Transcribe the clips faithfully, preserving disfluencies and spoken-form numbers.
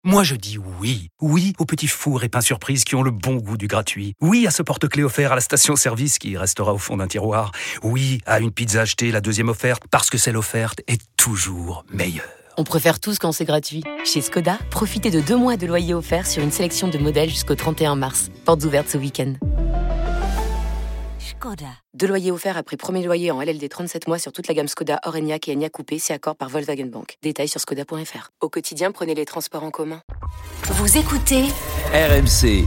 Moi je dis oui, oui aux petits fours et pains surprises qui ont le bon goût du gratuit. Oui à ce porte-clés offert à la station-service qui restera au fond d'un tiroir. Oui à une pizza achetée, la deuxième offerte, parce que celle offerte est toujours meilleure. On préfère tous quand c'est gratuit. Chez Skoda, profitez de deux mois de loyer offert sur une sélection de modèles jusqu'au trente et un mars. Portes ouvertes ce week-end. Skoda. Deux loyers offerts après premier loyer en L L D trente-sept mois sur toute la gamme Skoda, Orenia et Enyaq Coupé, c'est accord par Volkswagen Bank. Détails sur skoda point f r. Au quotidien, prenez les transports en commun. Vous écoutez R M C.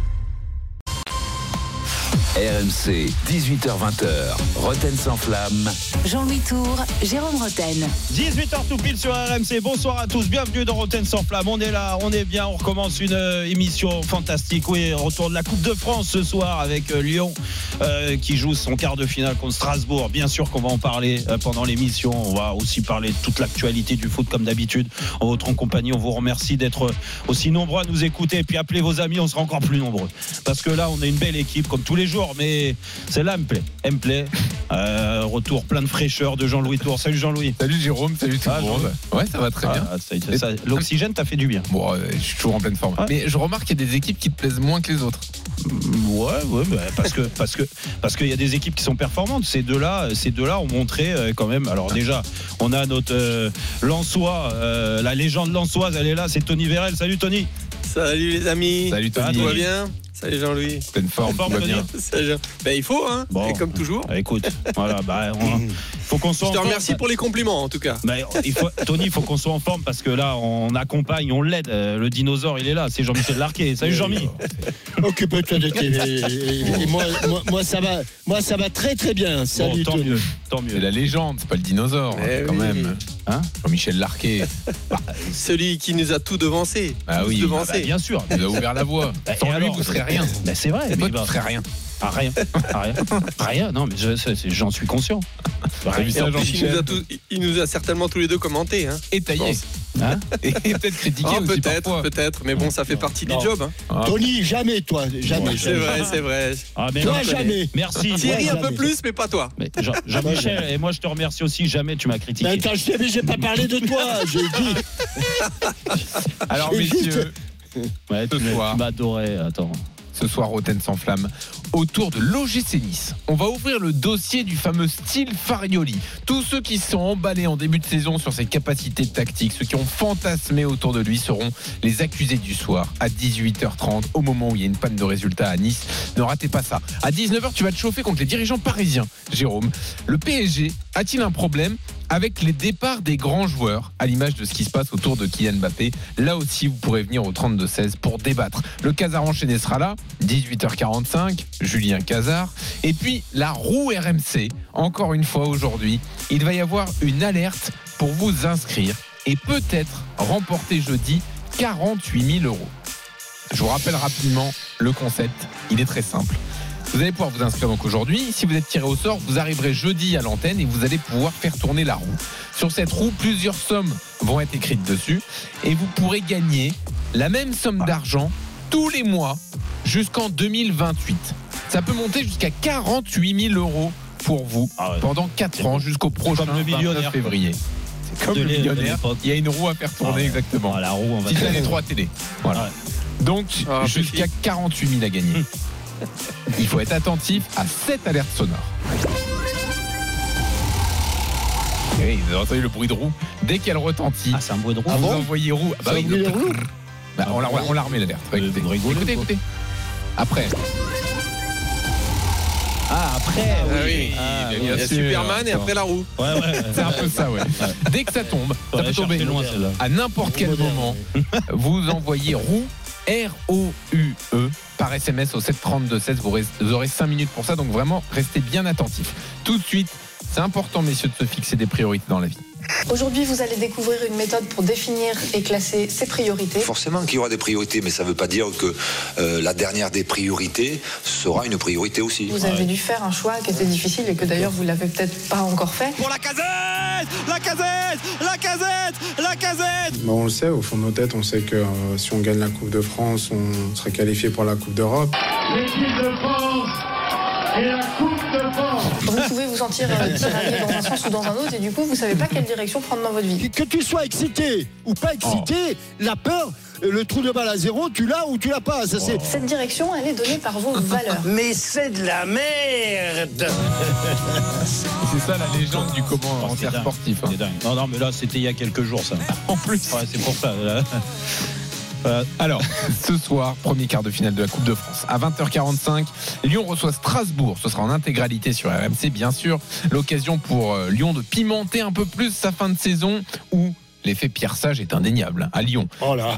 R M C, dix-huit heures vingt, Roten sans flamme. Jean-Louis Tour, Jérôme Roten. dix-huit heures tout pile sur R M C. Bonsoir à tous, bienvenue dans Roten sans flamme. On est là, on est bien, on recommence une euh, émission fantastique. Oui, retour de la Coupe de France ce soir avec euh, Lyon euh, qui joue son quart de finale contre Strasbourg. Bien sûr qu'on va en parler euh, pendant l'émission. On va aussi parler de toute l'actualité du foot comme d'habitude. En votre compagnie, on vous remercie d'être aussi nombreux à nous écouter. Et puis appelez vos amis, on sera encore plus nombreux. Parce que là, on a une belle équipe comme tous les jours. Mais celle-là, elle me plaît. Elle me plaît. Euh, retour plein de fraîcheur de Jean-Louis Tour. Salut Jean-Louis. Salut Jérôme, salut tout le ah, monde. Ouais, ça va très bien. Ah, ça, ça, l'oxygène t'a fait du bien. Bon, euh, je suis toujours en pleine forme. Ah. Mais je remarque qu'il y a des équipes qui te plaisent moins que les autres. Ouais, ouais, bah, parce que parce que parce qu'il y a des équipes qui sont performantes. Ces deux-là, ces deux-là ont montré euh, quand même. Alors déjà, on a notre euh, Lensois, euh, la légende lensoise, elle est là. C'est Tony Vérel. Salut Tony. Salut les amis. Salut Tony. Ah, tout va bien. Salut Jean-Louis. Pleine forme, forme tout va bien. Salut. Ben, il faut, hein. Bon. Et comme toujours. Ah, écoute, voilà, bah, on, faut qu'on soit. Je te en remercie forme. pour les compliments, en tout cas. Bah, il faut, Tony, il faut qu'on soit en forme parce que là, on accompagne, on l'aide. Le dinosaure, il est là. C'est Jean-Michel Larquet. Salut Jean-Mi. Occupe-toi de tes. Et, et moi, moi, moi, ça va, moi, ça va très très bien. Salut. Bon, tant mieux, tant mieux. C'est la légende, c'est pas le dinosaure, eh quand oui. même. Hein Jean-Michel Larquet. Bah, celui qui nous a tout devancé. Ah tous oui. devancé. Ah bah, bien sûr. Il a ouvert la voie. Bah, Sans lui, alors, vous serez rien. Bah, c'est vrai. Et toi, mais bah, tu serais rien. Ah, rien. Ah, rien. Rien. Non, mais je, c'est, j'en suis conscient. T'as vu Et ça, en plus, il nous, a Jean-Michel tout, il nous a certainement tous les deux commenté. Hein. Et taillé. Hein Et peut-être critiqué Oh, aussi peut-être, parfois. peut-être. Mais bon, ça fait partie Non. du job. Hein. Ah. Tony, jamais toi, jamais. C'est vrai, c'est vrai. Ah, mais Toi, non, jamais. Merci. Thierry, Ouais, un peu jamais. plus, mais pas toi. Mais Jean, Jean-Michel, et moi je te remercie aussi. Jamais tu m'as critiqué. Mais attends, je t'ai, mais j'ai pas parlé de toi. J'ai dit. Alors, Et messieurs, Ouais, tu, ce m'as, soir. tu m'as adoré. Attends. ce soir, Roten sans flamme, autour de l'O G C Nice. On va ouvrir le dossier du fameux style Farioli. Tous ceux qui se sont emballés en début de saison sur ses capacités tactiques, ceux qui ont fantasmé autour de lui seront les accusés du soir à dix-huit heures trente, au moment où il y a une panne de résultats à Nice. Ne ratez pas ça. À dix-neuf heures, tu vas te chauffer contre les dirigeants parisiens, Jérôme. Le P S G a-t-il un problème avec les départs des grands joueurs, à l'image de ce qui se passe autour de Kylian Mbappé? Là aussi, vous pourrez venir au trente-deux seize pour débattre. Le Casar enchaîné sera là, dix-huit heures quarante-cinq, Julien Casar. Et puis, la roue R M C, encore une fois aujourd'hui, il va y avoir une alerte pour vous inscrire et peut-être remporter jeudi quarante-huit mille euros. Je vous rappelle rapidement le concept, il est très simple. Vous allez pouvoir vous inscrire donc aujourd'hui. Si vous êtes tiré au sort, vous arriverez jeudi à l'antenne et vous allez pouvoir faire tourner la roue. Sur cette roue, plusieurs sommes vont être écrites dessus et vous pourrez gagner la même somme d'argent tous les mois jusqu'en deux mille vingt-huit. Ça peut monter jusqu'à quarante-huit mille euros pour vous Ah ouais. pendant quatre ans jusqu'au prochain comme le millionnaire. vingt-neuf février. C'est comme De le l'é- de millionnaire. l'époque. Il y a une roue à faire tourner, Ah ouais. exactement. Ah, la roue, on va Si faire. t'as les trois télé. Voilà. Ouais. Donc, Ah, jusqu'à quarante-huit mille à gagner. Il faut être attentif à cette alerte sonore. Et vous avez entendu le bruit de roue. Dès qu'elle retentit, Ah, c'est un bruit de roue. Ah vous bon envoyez roue. Bah Ça oui, oublie les roues bah, on, la, on la remet l'alerte. Euh, Écoutez, vous rigolez, écoutez, quoi. écoutez. Après. Ah, après. Ah oui. Ah, il Il y a Bien sûr. Superman et après la roue. Ouais, ouais. C'est un peu ça, ouais. Dès que ça tombe, ça Ouais, peut tomber cherchez loin, celle-là. à n'importe quel Moderne. moment. Vous envoyez roue, R O U E, par S M S au sept trente-deux seize. Vous res- vous aurez cinq minutes pour ça, donc vraiment, restez bien attentifs. Tout de suite, c'est important, messieurs, de se fixer des priorités dans la vie. Aujourd'hui, vous allez découvrir une méthode pour définir et classer ses priorités. Forcément qu'il y aura des priorités, mais ça ne veut pas dire que euh, la dernière des priorités sera une priorité aussi. Vous avez dû faire un choix qui était difficile et que d'ailleurs vous l'avez peut-être pas encore fait. Pour la casette, la casette, la casette, la casette. Bah, on le sait, au fond de nos têtes, on sait que euh, si on gagne la Coupe de France, on sera qualifié pour la Coupe d'Europe. L'équipe de France et la Coupe de France. Vous pouvez vous sentir euh, tiraillé dans un sens ou dans un autre et du coup vous savez pas quelle direction prendre dans votre vie. Que tu sois excité ou pas excité, oh. la peur, le trou de balle à zéro, tu l'as ou tu l'as pas. Ça, c'est... Cette direction, elle est donnée par vos valeurs. Mais c'est de la merde. C'est ça la légende du commentaire oh, sportif. Hein. C'est dingue. Non, non, mais là c'était il y a quelques jours ça. En plus, ouais, c'est pour ça. Là. Euh, alors, ce soir, premier quart de finale de la Coupe de France. À vingt heures quarante-cinq, Lyon reçoit Strasbourg. Ce sera en intégralité sur R M C, bien sûr. L'occasion pour euh, Lyon de pimenter un peu plus sa fin de saison où l'effet Pierre Sage est indéniable à Lyon. Oh là.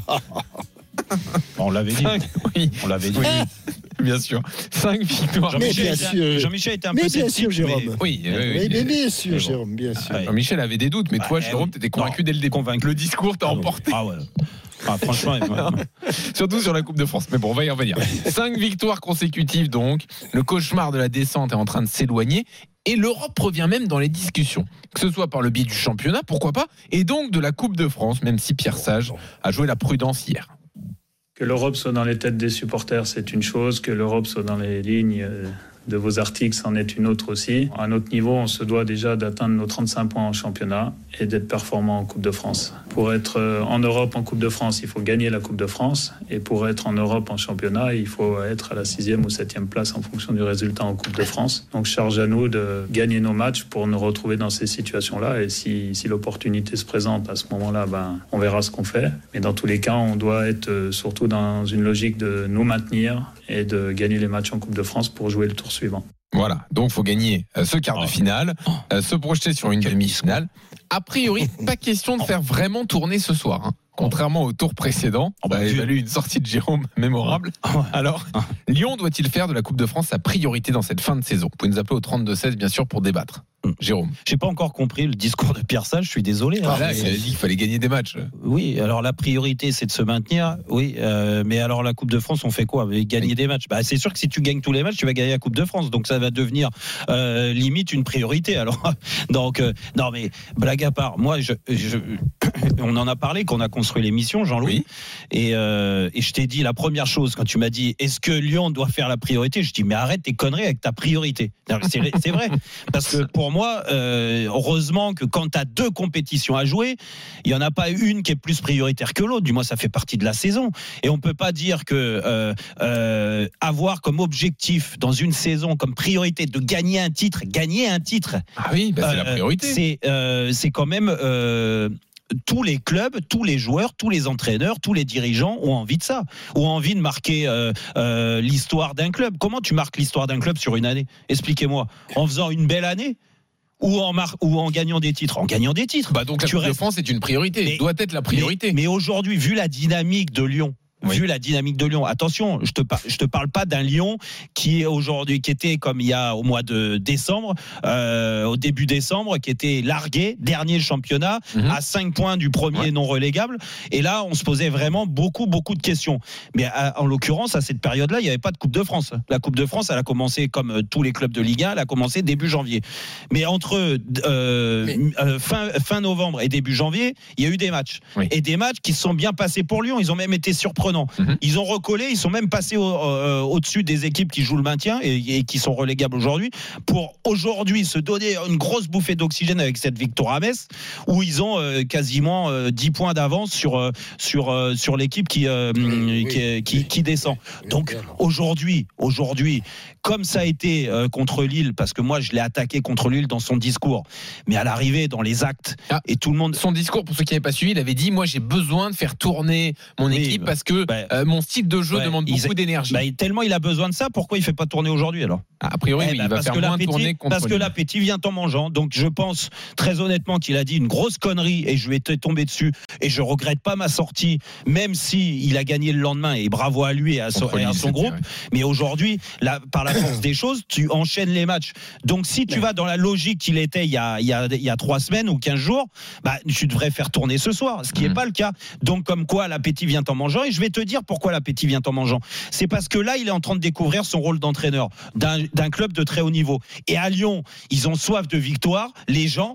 On l'avait dit. Cinq, oui, on l'avait dit. Oui, bien sûr. Cinq victoires. Jean-Michel, était, Jean-Michel était un mais peu bien sûr, Jérôme. Mais... Oui, oui, oui, mais, mais bien sûr, bon. Jérôme, bien sûr. Ah, Jean-Michel avait des doutes, mais toi, ah, Jérôme, t'étais convaincu non, dès le début. Convaincu. Le discours t'a ah, emporté. Ah ouais. Ah, franchement, surtout sur la Coupe de France. Mais bon, on va y revenir. Cinq victoires consécutives, donc. Le cauchemar de la descente est en train de s'éloigner. Et l'Europe revient même dans les discussions, que ce soit par le biais du championnat, pourquoi pas, et donc de la Coupe de France, même si Pierre Sage a joué la prudence hier. Que l'Europe soit dans les têtes des supporters, c'est une chose. Que l'Europe soit dans les lignes de vos articles, c'en est une autre aussi. À notre niveau, on se doit déjà d'atteindre nos trente-cinq points en championnat et d'être performant en Coupe de France. Pour être en Europe en Coupe de France, il faut gagner la Coupe de France. Et pour être en Europe en championnat, il faut être à la sixième ou septième place en fonction du résultat en Coupe de France. Donc charge à nous de gagner nos matchs pour nous retrouver dans ces situations-là. Et si, si l'opportunité se présente à ce moment-là, ben, on verra ce qu'on fait. Mais dans tous les cas, on doit être surtout dans une logique de nous maintenir et de gagner les matchs en Coupe de France pour jouer le tour suivant. Voilà, donc il faut gagner ce quart de finale, euh, se projeter sur une demi-finale. A priori, pas question de faire vraiment tourner ce soir, hein. Contrairement au tour précédent, on a évalué une sortie de Jérôme mémorable. Alors, Lyon doit-il faire de la Coupe de France sa priorité dans cette fin de saison ? Vous pouvez nous appeler au trente-deux seize, bien sûr, pour débattre. Jérôme. J'ai pas encore compris le discours de Pierre Sage, je suis désolé. Ah, là, il a dit qu'il fallait gagner des matchs. Oui, alors la priorité c'est de se maintenir, oui, euh, mais alors la Coupe de France on fait quoi ? Gagner oui. des matchs. Bah, c'est sûr que si tu gagnes tous les matchs, tu vas gagner la Coupe de France, donc ça va devenir euh, limite une priorité. Alors, donc, euh, non mais blague à part, moi je, je, on en a parlé quand on a construit l'émission, Jean-Louis, oui. et, euh, et je t'ai dit la première chose quand tu m'as dit est-ce que Lyon doit faire la priorité ? Je dis mais arrête tes conneries avec ta priorité. Non, c'est, c'est vrai, parce que pour moi, euh, heureusement que quand tu as deux compétitions à jouer, il n'y en a pas une qui est plus prioritaire que l'autre. Du moins, ça fait partie de la saison. Et on ne peut pas dire que euh, euh, avoir comme objectif dans une saison, comme priorité, de gagner un titre, gagner un titre. Ah oui, bah c'est euh, la priorité. C'est, euh, c'est quand même... Euh, tous les clubs, tous les joueurs, tous les entraîneurs, tous les dirigeants ont envie de ça, ont envie de marquer euh, euh, l'histoire d'un club. Comment tu marques l'histoire d'un club sur une année ? Expliquez-moi. En faisant une belle année ? Ou en, mar- ou en gagnant des titres. En gagnant des titres. Bah donc la Coupe de France est une priorité, mais, doit être la priorité. Mais, mais aujourd'hui, vu la dynamique de Lyon, oui. vu la dynamique de Lyon, attention, je te par- je te parle pas d'un Lyon qui est aujourd'hui, qui était comme il y a au mois de décembre, euh, au début décembre, qui était largué, dernier championnat, mm-hmm. à cinq points du premier ouais. non relégable. Et là, on se posait vraiment beaucoup, beaucoup de questions. Mais à, en l'occurrence, à cette période-là, il n'y avait pas de Coupe de France. La Coupe de France, elle a commencé comme tous les clubs de Ligue un, elle a commencé début janvier. Mais entre euh, Mais... Euh, fin, fin novembre et début janvier, il y a eu des matchs. Oui. Et des matchs qui se sont bien passés pour Lyon. Ils ont même été surprenants. Mmh. Ils ont recollé, ils sont même passés au, euh, au-dessus des équipes qui jouent le maintien et, et qui sont relégables aujourd'hui, pour aujourd'hui se donner une grosse bouffée d'oxygène avec cette victoire à Metz, où ils ont euh, quasiment euh, dix points d'avance sur, euh, sur, euh, sur l'équipe qui, euh, oui, qui, oui. qui, qui descend. Donc aujourd'hui, aujourd'hui, comme ça a été euh, contre Lille, parce que moi je l'ai attaqué contre Lille dans son discours, mais à l'arrivée, dans les actes, ah, et tout le monde... Son discours, pour ceux qui n'avaient pas suivi, il avait dit, moi j'ai besoin de faire tourner mon oui, équipe parce que bah, euh, mon style de jeu ouais, demande beaucoup d'énergie. Bah, tellement il a besoin de ça, pourquoi il ne fait pas tourner aujourd'hui alors ? A priori, eh oui, bah, il va faire moins tourner contre Parce que Lille. L'appétit vient en mangeant. Donc je pense très honnêtement qu'il a dit une grosse connerie et je lui ai tombé dessus et je ne regrette pas ma sortie, même si il a gagné le lendemain, et bravo à lui et à son, et à son groupe. Vrai. Mais aujourd'hui, là, par la force des choses, tu enchaînes les matchs. Donc si tu ouais. vas dans la logique qu'il était il y a, il y a, il y a trois semaines ou quinze jours, bah, tu devrais faire tourner ce soir, ce qui n'est mmh. pas le cas. Donc comme quoi l'appétit vient en mangeant, et je vais te dire pourquoi l'appétit vient en mangeant. C'est parce que là, il est en train de découvrir son rôle d'entraîneur d'un, d'un club de très haut niveau. Et à Lyon, ils ont soif de victoire. Les gens,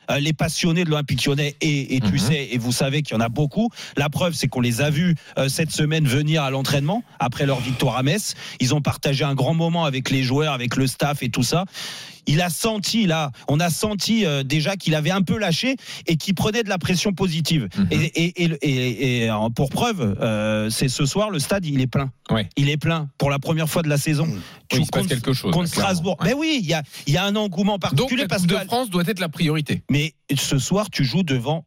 euh, les passionnés de l'Olympique Lyonnais et, et tu mm-hmm. sais, et vous savez qu'il y en a beaucoup. La preuve, c'est qu'on les a vus euh, cette semaine venir à l'entraînement après leur victoire à Metz. Ils ont partagé un grand moment avec les joueurs, avec le staff et tout ça. Il a senti là, on a senti euh, déjà qu'il avait un peu lâché et qu'il prenait de la pression positive. Mmh. Et, et, et, et, et pour preuve, euh, c'est ce soir le stade, il est plein. Ouais. Il est plein pour la première fois de la saison. Mmh. Tu oui, il se passe quelque chose contre Strasbourg. Ouais. Mais oui, il y a, il y a un engouement particulier. Donc la parce Coupe que de France doit être la priorité. Mais ce soir, tu joues devant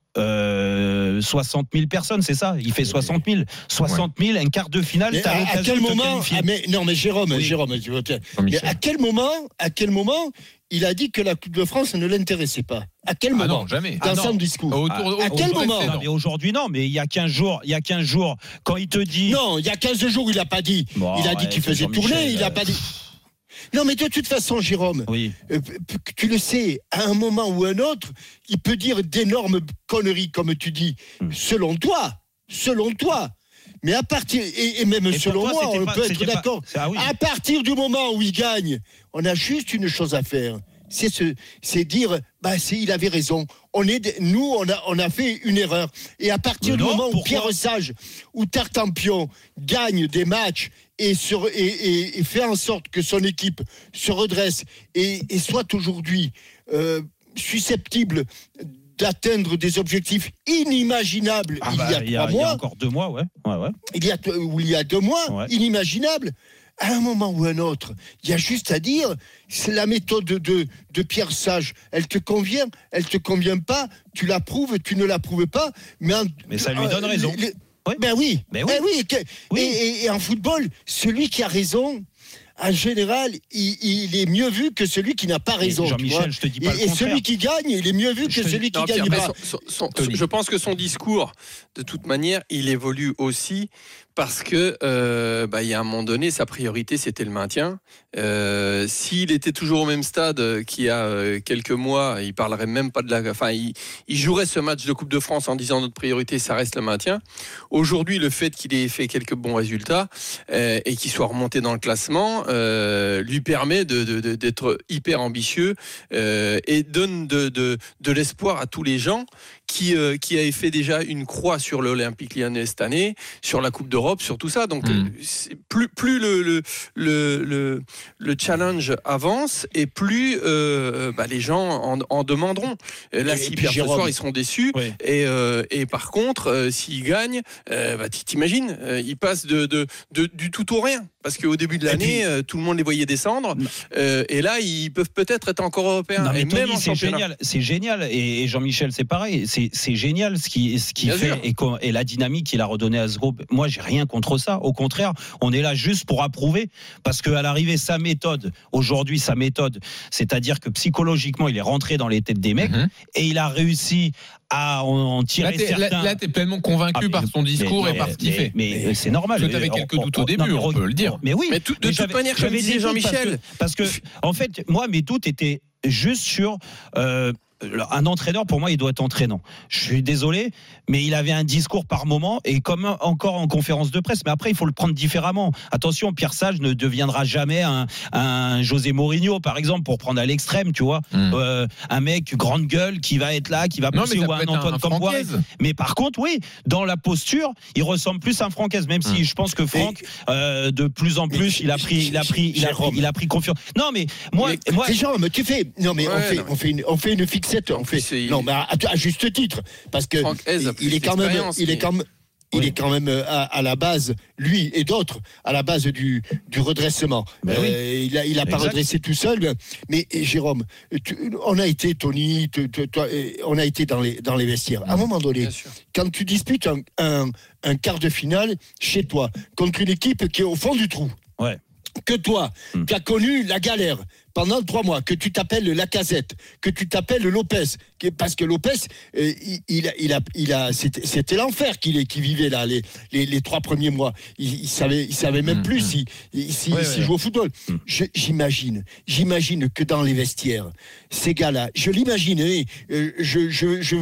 euh, soixante mille personnes, c'est ça. Il fait soixante mille, soixante mille, un quart de finale. Mais à, à quel moment ah, mais, Non, mais Jérôme, oui. Jérôme, tu vois, mais à quel moment, à quel moment il a dit que la Coupe de France ne l'intéressait pas? À quel moment? Ah non, jamais. Dans ah son discours. Autour, à, à quel moment? Non, mais aujourd'hui, non, mais il y a quinze jours, il y a quinze jours, quand il te dit. Non, il y a quinze jours, il n'a pas dit. Bon, il a dit ouais, qu'il faisait tourner, il n'a pas dit. Non, mais de toute façon, Jérôme, oui. euh, tu le sais, à un moment ou un autre, il peut dire d'énormes conneries, comme tu dis, mmh. selon toi, selon toi. Mais à partir, et, et même et selon toi, moi, on pas, peut être d'accord. Pas, ah oui. À partir du moment où il gagne, on a juste une chose à faire. C'est, ce, c'est dire, bah, c'est, il avait raison. On est, nous, on a, on a fait une erreur. Et à partir non, du moment pourquoi? où Pierre Sage ou Tartampion gagne des matchs et, sur, et, et, et fait en sorte que son équipe se redresse et, et soit aujourd'hui euh, susceptible d'atteindre des objectifs inimaginables ah il bah, y a trois il y a, mois. Il y a encore deux mois, ouais. ouais, ouais. Il y a, ou il y a deux mois, ouais. inimaginables. À un moment ou un autre, il y a juste à dire, c'est la méthode de, de Pierre Sage. Elle te convient, elle te convient pas, tu l'approuves, tu ne l'approuves pas. Mais, en, mais ça lui donne euh, raison. Les, oui. Ben oui. Ben oui. Ben oui. Que, oui. Et, et, et en football, celui qui a raison, en général, il, il est mieux vu que celui qui n'a pas raison. Jean-Michel, je te dis pas et, le et celui qui gagne, il est mieux vu que celui qui non, gagne Pierre, pas. Son, son, son, je pense que son discours, de toute manière, il évolue aussi parce que euh, bah, il y a un moment donné, sa priorité, c'était le maintien. Euh, s'il était toujours au même stade qu'il y a euh, quelques mois, il parlerait même pas de la. Enfin, il, il jouerait ce match de Coupe de France en disant notre priorité, ça reste le maintien. Aujourd'hui, le fait qu'il ait fait quelques bons résultats euh, et qu'il soit remonté dans le classement euh, lui permet de, de, de, d'être hyper ambitieux euh, et donne de, de, de l'espoir à tous les gens qui, euh, qui avaient fait déjà une croix sur l'Olympique Lyonnais cette année, sur la Coupe d'Europe, sur tout ça. Donc, mmh. c'est plus, plus le, le, le, le, le challenge avance et plus euh, bah, les gens en, en demanderont. Là, s'ils perdent ce soir, ils seront déçus. Oui. Et, euh, et par contre, euh, s'ils gagnent, euh, bah, t'imagines, euh, ils passent de, de, de, du tout au rien. Parce qu'au début de l'année, puis, euh, tout le monde les voyait descendre. Euh, et là, ils peuvent peut-être être encore européens. Non, mais et Tony, même en c'est championnat. génial. C'est génial. Et, et Jean-Michel, c'est pareil. C'est, c'est génial ce qu'il ce qui fait et, et la dynamique qu'il a redonnée à ce groupe. Moi, j'ai rien contre ça. Au contraire, on est là juste pour approuver. Parce qu'à l'arrivée, sa méthode, aujourd'hui, sa méthode, c'est-à-dire que psychologiquement, il est rentré dans les têtes des mecs mm-hmm. et il a réussi à en tirer là, t'es, certains. Là, tu es pleinement convaincu ah, par son discours mais, et par ce qu'il mais, fait. Mais, mais c'est normal. Tu avais quelques doutes au début, on, on peut le dire. Mais oui. Mais tout, de mais toute manière, comme disait Jean-Michel. Parce que, parce que, en fait, moi, mes doutes étaient juste sur. Euh, un entraîneur, pour moi, il doit être entraînant. Je suis désolé, mais il avait un discours par moment et comme encore en conférence de presse. Mais après, il faut le prendre différemment. Attention, Pierre Sage ne deviendra jamais un, un José Mourinho, par exemple, pour prendre à l'extrême, tu vois. Mm. Euh, un mec grande gueule qui va être là, qui va pousser ou un Antoine Campois. Mais par contre, oui, dans la posture, il ressemble plus à un Francaise, même mm. si je pense que Franck, euh, de plus en plus, il a pris, il a pris, il a pris, il a pris confiance. Non, mais moi, mais, moi, Jérôme, tu fais, non mais ouais, on fait, non, on fait une, on fait une fixette. On fait, non, mais à, à juste titre, parce que il, il est quand même, il est quand même, il oui. est quand même à, à la base, lui et d'autres, à la base du, du redressement. Ben euh, oui. Il a, il a pas redressé tout seul. Mais et Jérôme, tu, on a été Tony, tu, tu, toi, on a été dans les dans les vestiaires. À un moment donné, quand tu disputes un, un, un quart de finale chez toi contre une équipe qui est au fond du trou. Ouais. Que toi, mmh. tu as connu la galère pendant trois mois, que tu t'appelles Lacazette, que tu t'appelles Lopez, parce que Lopez, euh, il, il, a, il a, il a, c'était, c'était l'enfer qu'il, qu'il vivait là, les, les, les trois premiers mois. Il, il savait, il savait même mmh. plus s'il si, si, ouais, si ouais. joue au football. Mmh. Je, j'imagine, j'imagine que dans les vestiaires, ces gars-là, je l'imagine, euh, je, je, je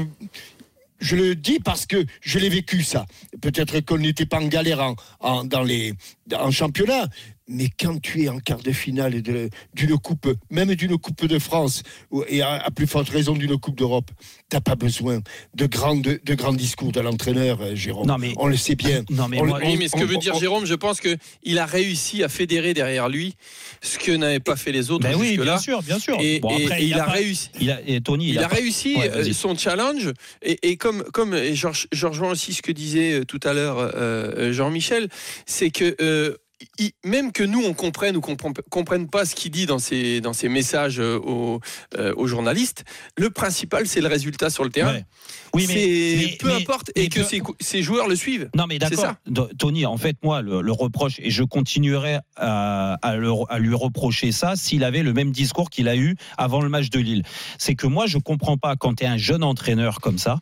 Je le dis parce que je l'ai vécu, ça. Peut-être qu'on n'était pas en galère en, en, dans les, en championnat, Mais quand tu es en quart de finale de, d'une coupe, même d'une coupe de France, et à, à plus forte raison d'une coupe d'Europe, t'as pas besoin de grands, de, de grands discours de l'entraîneur, Jérôme. Non, mais, on le sait bien. Non, mais, moi, le, oui, mais ce que on, veut dire on, Jérôme, je pense qu'il a réussi à fédérer derrière lui ce que n'avaient pas fait les autres. Ben oui, bien sûr, bien sûr. Et, bon, après, et, et il, il a, pas, réussi. Il a, et Tony, il, il a, a réussi ouais, son challenge. Et, et comme, comme et je, je rejoins aussi ce que disait tout à l'heure euh, Jean-Michel, c'est que euh, Il, même que nous on comprenne ou qu'on comprenne pas ce qu'il dit dans ses, dans ses messages aux, euh, aux journalistes, le principal c'est le résultat sur le terrain. Ouais. Oui, mais, mais peu mais, importe et que peu... ses, ses joueurs le suivent. Non mais d'accord, Tony. En fait, moi le, le reproche et je continuerai à, à, le, à lui reprocher ça s'il avait le même discours qu'il a eu avant le match de Lille. C'est que moi je comprends pas quand tu es un jeune entraîneur comme ça.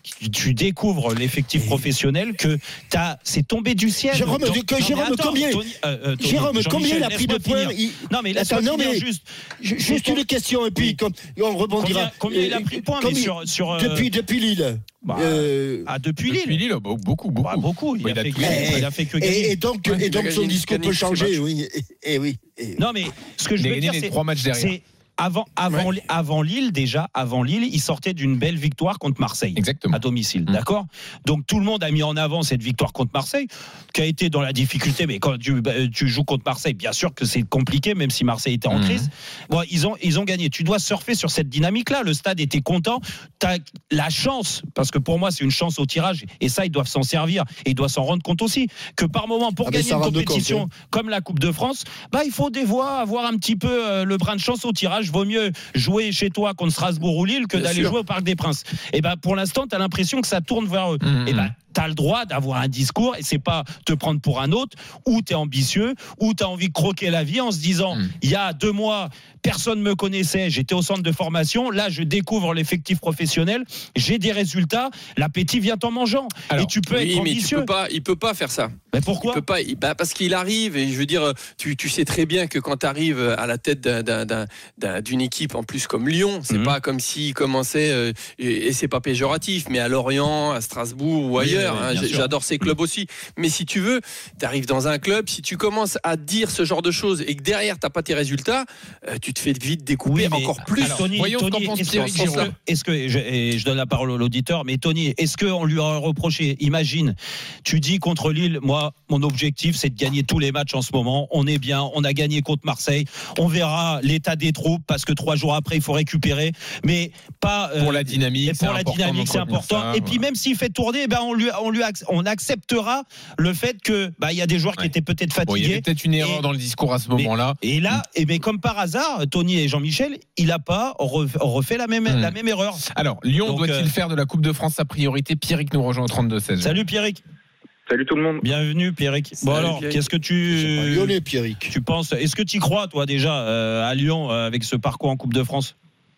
Tu découvres l'effectif professionnel que t'as, c'est tombé du ciel. Jérôme, Donc, que, non, Jérôme attends, combien, Tony, euh, euh, Tony, Jérôme, combien il a pris de points il... Non mais laisse-moi attends, non, finir mais juste. Juste une question et puis oui. comme, on rebondira. Combien, combien il a pris de points mais sur, sur euh... depuis depuis Lille. Bah, euh, ah depuis Lille. Depuis Lille, beaucoup, beaucoup, bah, beaucoup. Il, bah, il, a, fait que, et, il a fait que gagner. Et, et donc, ouais, et donc son discours peut changer, oui. Et, et oui. Et... Non mais ce que je veux dire, c'est trois matchs derrière. Avant, avant, ouais. avant Lille, déjà, avant Lille, il sortait d'une belle victoire contre Marseille. Exactement. À domicile, mmh. d'accord ? Donc tout le monde a mis en avant cette victoire contre Marseille, qui a été dans la difficulté, mais quand tu, tu joues contre Marseille, bien sûr que c'est compliqué, même si Marseille était en mmh. crise. Bon, ils ont, ils ont gagné. Tu dois surfer sur cette dynamique-là. Le stade était content. Tu as la chance, parce que pour moi, c'est une chance au tirage, et ça, ils doivent s'en servir, et ils doivent s'en rendre compte aussi, que par moment, pour ah gagner une compétition compte, hein. comme la Coupe de France, bah, il faut des fois avoir un petit peu euh, le brin de chance au tirage. Vaut mieux jouer chez toi contre Strasbourg ou Lille que Bien d'aller sûr. jouer au Parc des Princes. Et ben pour l'instant, tu as l'impression que ça tourne vers eux. Mmh. Et ben t'as le droit d'avoir un discours et c'est pas te prendre pour un autre, ou t'es ambitieux, ou t'as envie de croquer la vie en se disant il mmh. y a deux mois personne me connaissait, j'étais au centre de formation, là je découvre l'effectif professionnel, j'ai des résultats, l'appétit vient en mangeant. Alors, et tu peux oui, être mais ambitieux. Tu peux pas, il peut pas faire ça. Mais pourquoi il peut pas, il, bah parce qu'il arrive et je veux dire, tu, tu sais très bien que quand tu arrives à la tête d'un, d'un, d'un, d'une équipe en plus comme Lyon, c'est mmh. pas comme s'il commençait euh, et, et c'est pas péjoratif, mais à Lorient, à Strasbourg ou ailleurs. Oui, oui, hein, j'adore ces clubs aussi. Mais si tu veux, tu arrives dans un club, si tu commences à dire ce genre de choses et que derrière t'as pas tes résultats, euh, tu te fais vite découper oui, encore plus. Alors, Tony, Voyons Tony, ce est-ce, que, est-ce, que, est-ce que je, et je donne la parole à l'auditeur, mais Tony, est-ce qu'on lui aurait reproché, imagine, tu dis contre Lille, moi, mon objectif, c'est de gagner tous les matchs en ce moment. On est bien, on a gagné contre Marseille. On verra l'état des troupes parce que trois jours après, il faut récupérer, mais pas euh, pour la dynamique. Pour la dynamique, c'est important. Ça, et ouais. puis même s'il fait tourner, ben on lui, on lui, on acceptera le fait que, bah, il y a des joueurs ouais. qui étaient peut-être fatigués. Bon, il y avait peut-être une erreur et, dans le discours à ce moment-là. Et là, mmh. et ben comme par hasard, Tony et Jean-Michel, il n'a pas refait la même, mmh. la même erreur. Alors, Lyon Donc, doit-il euh... faire de la Coupe de France sa priorité ? Pierrick nous rejoint au trente-deux seize. Salut Pierrick. Salut tout le monde. Bienvenue Pierrick. Bon Salut, alors, Pierrick. Qu'est-ce que tu Lyonnais, Pierrick. Tu penses Est-ce que tu y crois toi déjà euh, à Lyon euh, avec ce parcours en Coupe de France ?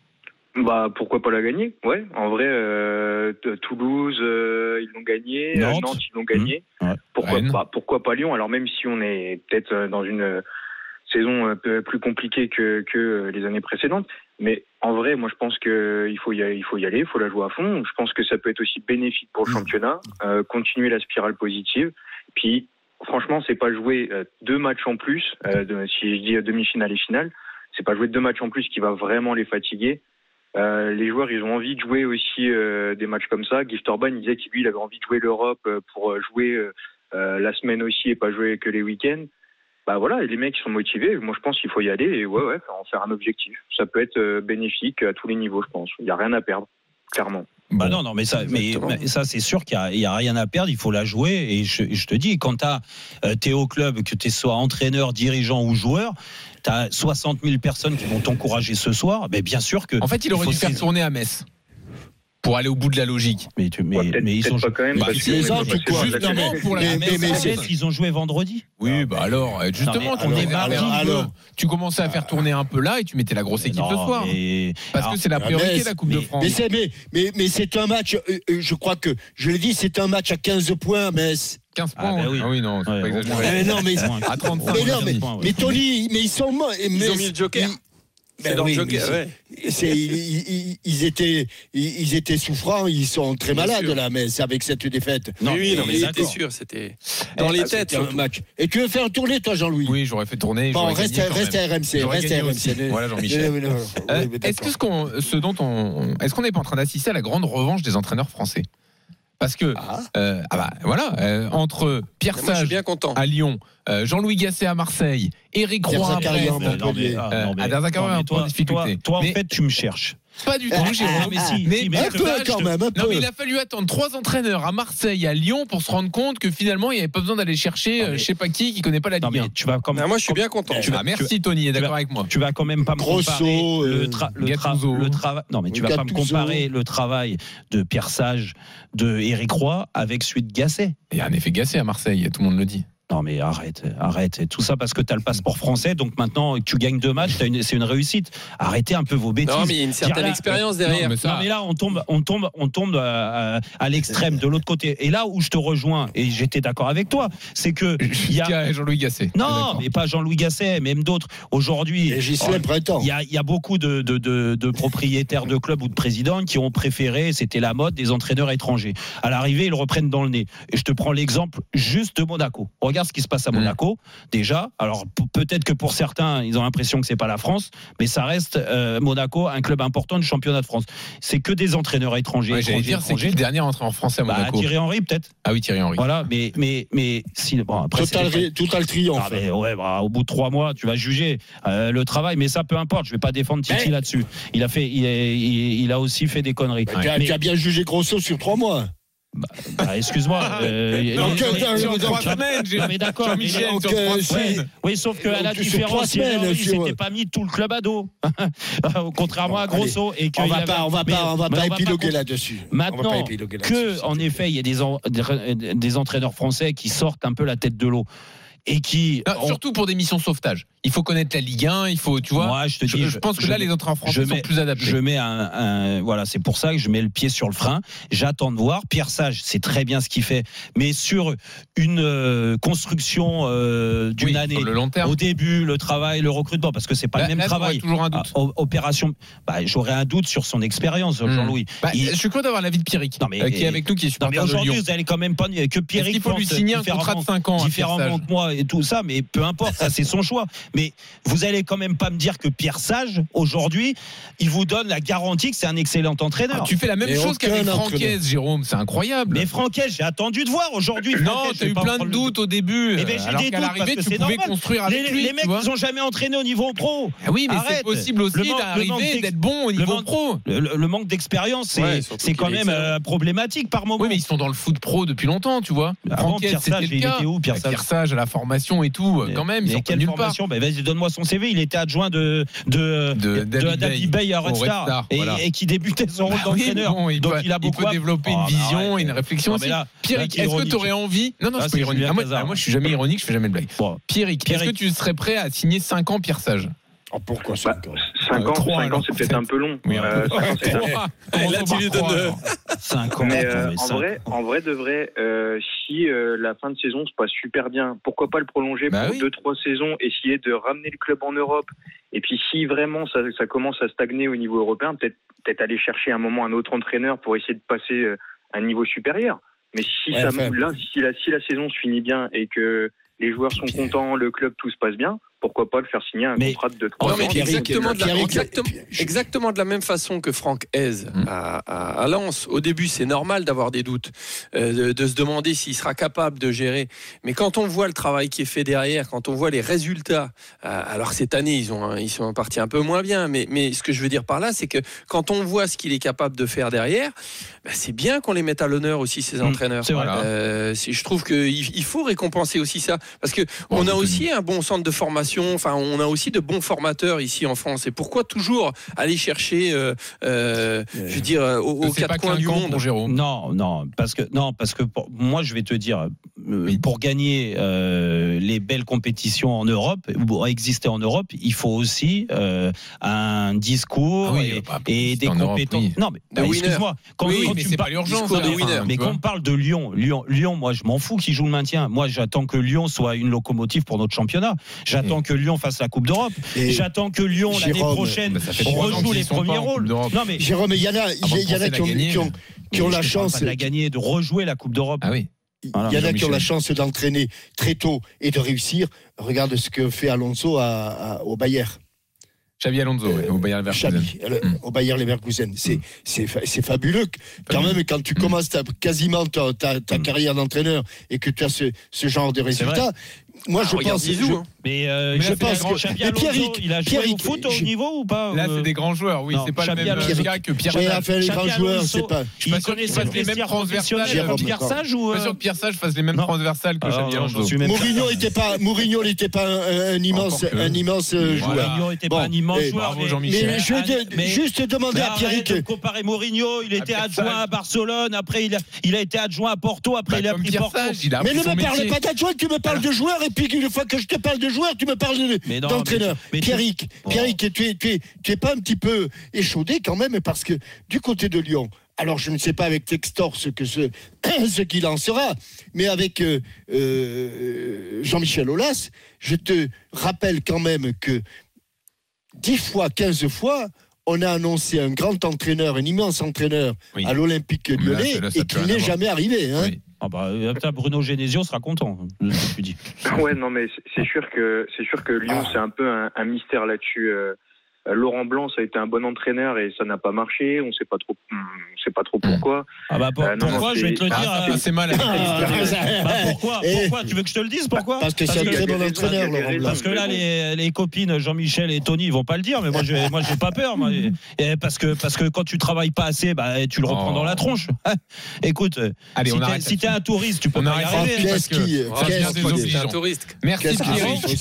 Bah pourquoi pas la gagner ? Ouais, en vrai, euh, Toulouse euh, ils l'ont gagné, Nantes, Nantes ils l'ont gagné. Mmh. Ouais. Pourquoi pas Pourquoi pas Lyon ? Alors même si on est peut-être dans une saison un peu plus compliquée que que les années précédentes, mais en vrai, moi je pense que il faut y aller, il faut y aller, il faut la jouer à fond. Je pense que ça peut être aussi bénéfique pour le mmh. championnat, euh, continuer la spirale positive. Puis franchement, c'est pas jouer euh, deux matchs en plus. Euh, de, si je dis demi-finale et finale, c'est pas jouer deux matchs en plus qui va vraiment les fatiguer. Euh, les joueurs, ils ont envie de jouer aussi euh, des matchs comme ça. Gift Orban, il disait qu'il lui, il avait envie de jouer l'Europe euh, pour jouer euh, la semaine aussi et pas jouer que les week-ends. Bah voilà, et les mecs ils sont motivés. Moi, je pense qu'il faut y aller et ouais, ouais, en faire un objectif. Ça peut être euh, bénéfique à tous les niveaux, je pense. Il y a rien à perdre, clairement. Bah non, non, mais ça, mais, mais ça c'est sûr qu'il y a, a rien à perdre. Il faut la jouer. Et je, je te dis, quand t'as, euh, t'es au club, que tu sois entraîneur, dirigeant ou joueur, t'as soixante mille personnes qui vont t'encourager ce soir. Mais bien sûr que. En fait, il aurait il dû faire s- tourner à Metz. Pour aller au bout de la logique. Mais, tu, mais, ouais, mais ils sont pas quand même. Bah, si, ils ont justement pour la mais, mais, mais, mais ils ont joué vendredi. Oui, bah alors justement, non, on est mardi. Alors, alors, tu commençais à faire tourner un peu là et tu mettais la grosse équipe non, ce soir. Mais... Parce alors, que c'est la priorité de la Coupe mais, de France. Mais c'est, mais, mais, mais c'est un match. Euh, je crois que je l'ai dit, c'est un match à quinze points, Metz. quinze points. Ah, bah oui. ah oui, non, c'est ouais, pas exagéré. Mais non, mais à trente-cinq. Mais non, mais, mais Tony, mais ils sont morts. Ils ont mis le joker. Ben oui, joker, ouais. c'est, ils, ils, ils, étaient, ils, ils étaient souffrants, ils sont très bien malades sûr. là, mais c'est avec cette défaite. Non, oui, oui, non, mais c'était sûr, c'était dans les têtes. Un match. Et tu veux faire tourner, toi, Jean-Louis? Oui, j'aurais fait tourner. Bon, reste, reste à R M C, reste à R M C. Voilà, Jean-Michel. euh, est-ce que ce, qu'on, ce dont on, est-ce qu'on n'est pas en train d'assister à la grande revanche des entraîneurs français? Parce que ah. Euh, ah bah, voilà, euh, entre Pierre Sage à Lyon, euh, Jean-Louis Gasset à Marseille, Éric Roy à Brest, à Derzakarian en difficulté. Toi, en fait, tu me cherches. Pas du tout, ah, Jérôme. Ah, mais si, mais, mais un peu quand même, un peu. Non, mais il a fallu attendre trois entraîneurs à Marseille, à Lyon, pour se rendre compte que finalement, il n'y avait pas besoin d'aller chercher, non, mais, je sais pas qui, qui connaît pas la Ligue un. Tu vas quand même. Ah, moi, je suis bien content. Tu vas, ah, merci, Tony, est d'accord vas, avec moi. Tu vas quand même pas me Grosso, comparer le, tra- le, tra- le travail. Non, mais tu vas pas me comparer le travail de Pierre Sage, de Éric Roy, avec celui de Gasset. Il y a un effet Gasset à Marseille, tout le monde le dit. Non mais arrête, arrête. Et tout ça parce que tu as le passeport français, donc maintenant tu gagnes deux matchs, une, c'est une réussite. Arrêtez un peu vos bêtises. Non mais il y a une certaine là, expérience derrière. Non mais, ça... non mais là on tombe, on tombe, on tombe à, à l'extrême de l'autre côté. Et là où je te rejoins et j'étais d'accord avec toi, c'est que il y a Jean-Louis Gasset. Non mais pas Jean-Louis Gasset, même d'autres. Aujourd'hui, il y a, il y a beaucoup de, de, de, de propriétaires de clubs ou de présidents qui ont préféré, c'était la mode, des entraîneurs étrangers. À l'arrivée, ils le reprennent dans le nez. Et je te prends l'exemple juste de Monaco. Regarde ce qui se passe à Monaco, mmh. déjà. Alors p- peut-être que pour certains, ils ont l'impression que c'est pas la France, mais ça reste euh, Monaco, un club important du championnat de France. C'est que des entraîneurs étrangers. Ouais, étrangers, dire, étrangers. C'est qui le dernier entraîneur français à Monaco? Bah, Thierry Henry, peut-être. Ah oui, Thierry Henry. Voilà, mais mais mais si bon après total, pas... total triomphe. Ah, mais, ouais, bah, au bout de trois mois, tu vas juger euh, le travail, mais ça peu importe. Je vais pas défendre Titi mais... là-dessus. Il a fait, il, est, il, il a aussi fait des conneries. Bah, tu, as, mais... tu as bien jugé Grosso sur trois mois. Bah, bah, excuse-moi. Euh, non, sur trois semaines, mais d'accord. Jean-Michel, donc, sur trois euh, semaines. Oui, sauf que à la différence, il s'était pas mis tout le club à dos, contrairement à Grosso. Et on va pas, on va pas, on va pas épiloguer là-dessus. Maintenant que, en effet, il y a des des entraîneurs français qui sortent un peu la tête de l'eau. Et qui non, ont... surtout pour des missions sauvetage. Il faut connaître la Ligue un, il faut, tu vois. Moi, je te dis, je, je pense que je, là, les entraîneurs français mets, sont plus adaptés. Je mets un, un, voilà, c'est pour ça que je mets le pied sur le frein. J'attends de voir. Pierre Sage, c'est très bien ce qu'il fait, mais sur une euh, construction euh, d'une oui, année, le long terme. Au début, le travail, le recrutement, parce que c'est pas là, le même là, travail. Toujours un doute. Ah, opération, bah, j'aurais un doute sur son expérience, mmh. Jean-Louis. Bah, il... Je suis content d'avoir l'avis de Pierrick, non, mais, euh, qui est avec nous, qui est supporter de Lyon. Aujourd'hui, vous allez quand même pas que Pierrick. Il faut lui signer un contrat de cinq ans, différemment que moi et tout ça, mais peu importe, ça c'est son choix. Mais vous allez quand même pas me dire que Pierre Sage, aujourd'hui, il vous donne la garantie que c'est un excellent entraîneur. Ah, tu fais la même et chose qu'avec Francaise, Jérôme, c'est incroyable. Mais Francaise, j'ai attendu de voir aujourd'hui. Non, t'as eu plein de doutes au début. Eh ben, j'ai alors des qu'à doutes l'arrivée, parce tu que pouvais normal. construire avec les, lui. Les mecs, ils ont jamais entraîné au niveau pro. Ah oui, mais Arrête. c'est possible aussi le d'arriver, d'être bon au niveau manque, pro. Le, le, le manque d'expérience, c'est, ouais, c'est quand même euh, problématique par moment. Oui, mais ils sont dans le foot pro depuis longtemps, tu vois. Francaise, c'était le cas. Il était où, Pierre Sage à la formation et tout, quand même. Ils sont pas nulle part. Vas-y, donne-moi son C V. Il était adjoint de de David Bay à Red Star et qui débutait son rôle d'entraîneur. Donc il a beaucoup. Il peut développer une vision, une réflexion aussi. Pierrick, est-ce que tu aurais envie? Non, non, c'est pas ironique. Moi, je suis jamais ironique, je fais jamais de blague. Pierrick, est-ce que tu serais prêt à signer cinq ans Pierre Sage? Oh, pourquoi cinq ans cinq ans, cinq ans, c'est peut-être un peu long. Oui, euh, là, tu lui donnes cinq ans. Mais euh, en vrai, en vrai de vrai, euh, si euh, la fin de saison se passe super bien, pourquoi pas le prolonger bah pour oui. deux, trois saisons, essayer de ramener le club en Europe. Et puis si vraiment ça, ça commence à stagner au niveau européen, peut-être, peut-être aller chercher un moment un autre entraîneur pour essayer de passer à un niveau supérieur. Mais si ouais, ça, là, si la, si la saison se finit bien et que les joueurs sont contents, le club, tout se passe bien, pourquoi pas le faire signer un mais, contrat de trois ans. Exactement, de la, exactement, exactement de la même façon que Franck Hez mmh. à, à, à Lens. Au début, c'est normal d'avoir des doutes, euh, de, de se demander s'il sera capable de gérer. Mais quand on voit le travail qui est fait derrière, quand on voit les résultats, euh, alors cette année, ils, ont, ils sont partis un peu moins bien, mais, mais ce que je veux dire par là, c'est que quand on voit ce qu'il est capable de faire derrière, bah, c'est bien qu'on les mette à l'honneur aussi, ces mmh, entraîneurs. C'est vrai. Euh, c'est, je trouve qu'il il faut récompenser aussi ça. Parce qu'on a aussi un bon centre de formation. Enfin, on a aussi de bons formateurs ici en France. Et pourquoi toujours aller chercher, euh, euh, je veux dire, aux, aux quatre coins du monde? Non, non, parce que non, parce que pour, moi, je vais te dire, oui. pour gagner euh, les belles compétitions en Europe, pour exister en Europe, il faut aussi euh, un discours ah oui, et, bah, et des compétences. Europe, oui. Non, mais bah, excuse-moi. Quand, oui, quand mais tu c'est par... pas l'urgence. Là, winner, mais quand on parle de Lyon, Lyon, Lyon, moi, je m'en fous qu'ils jouent le maintien. Moi, j'attends que Lyon soit une locomotive pour notre championnat. J'attends mmh. que Lyon fasse la Coupe d'Europe. Et j'attends que Lyon l'année Jérôme, prochaine bah rejoue les premiers rôles. Non mais Jérôme, il y en a, il y en a qui ont, qui ont, qui ont la chance de la gagner, de rejouer la Coupe d'Europe. Ah oui. Voilà, il y en a qui ont la chance d'entraîner très tôt et de réussir. Regarde ce que fait Alonso à, à, au Bayern. Xabi Alonso, euh, au Bayer Leverkusen. Xabi, mm. Au Bayer Leverkusen. C'est, mm. c'est, c'est fabuleux. Quand même, quand tu mm. commences ta, quasiment ta, ta, ta mm. carrière d'entraîneur et que tu as ce, ce genre de résultats, moi ah, je pense. Zizou, je, hein. Mais, euh, mais je pense que Xabi Alonso, Pierrick, il a joué Pierrick, au foot au je... niveau ou pas? Là, c'est des grands joueurs. Oui, non, c'est pas Xabi le même Alonso. gars que Pierre. Ouais, enfin, les grands joueurs, c'est pas. Il connaissait les mêmes transversales comme Pierre Sage ou? Pas sûr que Pierre Sage fasse les mêmes transversales que Xabi Alonso. Mourinho n'était pas, Mourinho n'était pas un immense, un immense joueur. Mourinho n'était pas un immense joueur. Mais je vais juste demander à Pierrick. Comparer Mourinho, il était adjoint à Barcelone, après il a été adjoint à Porto, après il a pris Porto. Mais ne me parle pas d'adjoint, tu me parles de joueur, et puis une fois que je te parle de joueur, tu me parle d'entraîneur. Pierrick, Pierrick, tu es, tu es, tu es pas un petit peu échaudé quand même, parce que du côté de Lyon, alors je ne sais pas avec Textor ce que ce, ce qu'il en sera, mais avec euh, euh, Jean-Michel Aulas, je te rappelle quand même que dix fois, quinze fois, on a annoncé un grand entraîneur, un immense entraîneur oui. à l'Olympique Lyonnais, là, et qu'il n'est jamais arrivé. Hein. Oui. Ah bah, Bruno Genesio sera content de ce que tu dis. Ouais, non, mais c'est sûr que c'est sûr que Lyon, ah. c'est un peu un, un mystère là-dessus. Euh, Laurent Blanc, ça a été un bon entraîneur et ça n'a pas marché. On ne sait pas trop, on sait pas trop pourquoi. Ah bah pour, euh, non, pourquoi non, je vais te le dire. Ah, c'est, c'est mal. Ah, bah pourquoi, pourquoi tu veux que je te le dise pourquoi? Parce que c'est un très bon entraîneur, Laurent Blanc. Parce que là, les, les copines Jean-Michel et Tony, ils vont pas le dire, mais moi, je, moi, j'ai pas peur. Moi, et parce que parce que quand tu travailles pas assez, bah tu le reprends oh. dans la tronche. Écoute, Allez, si, t'es, si t'es un touriste, tu peux on pas y arriver. Qu'est-ce qui, qu'est-ce qui, un touriste. Merci Pierrick.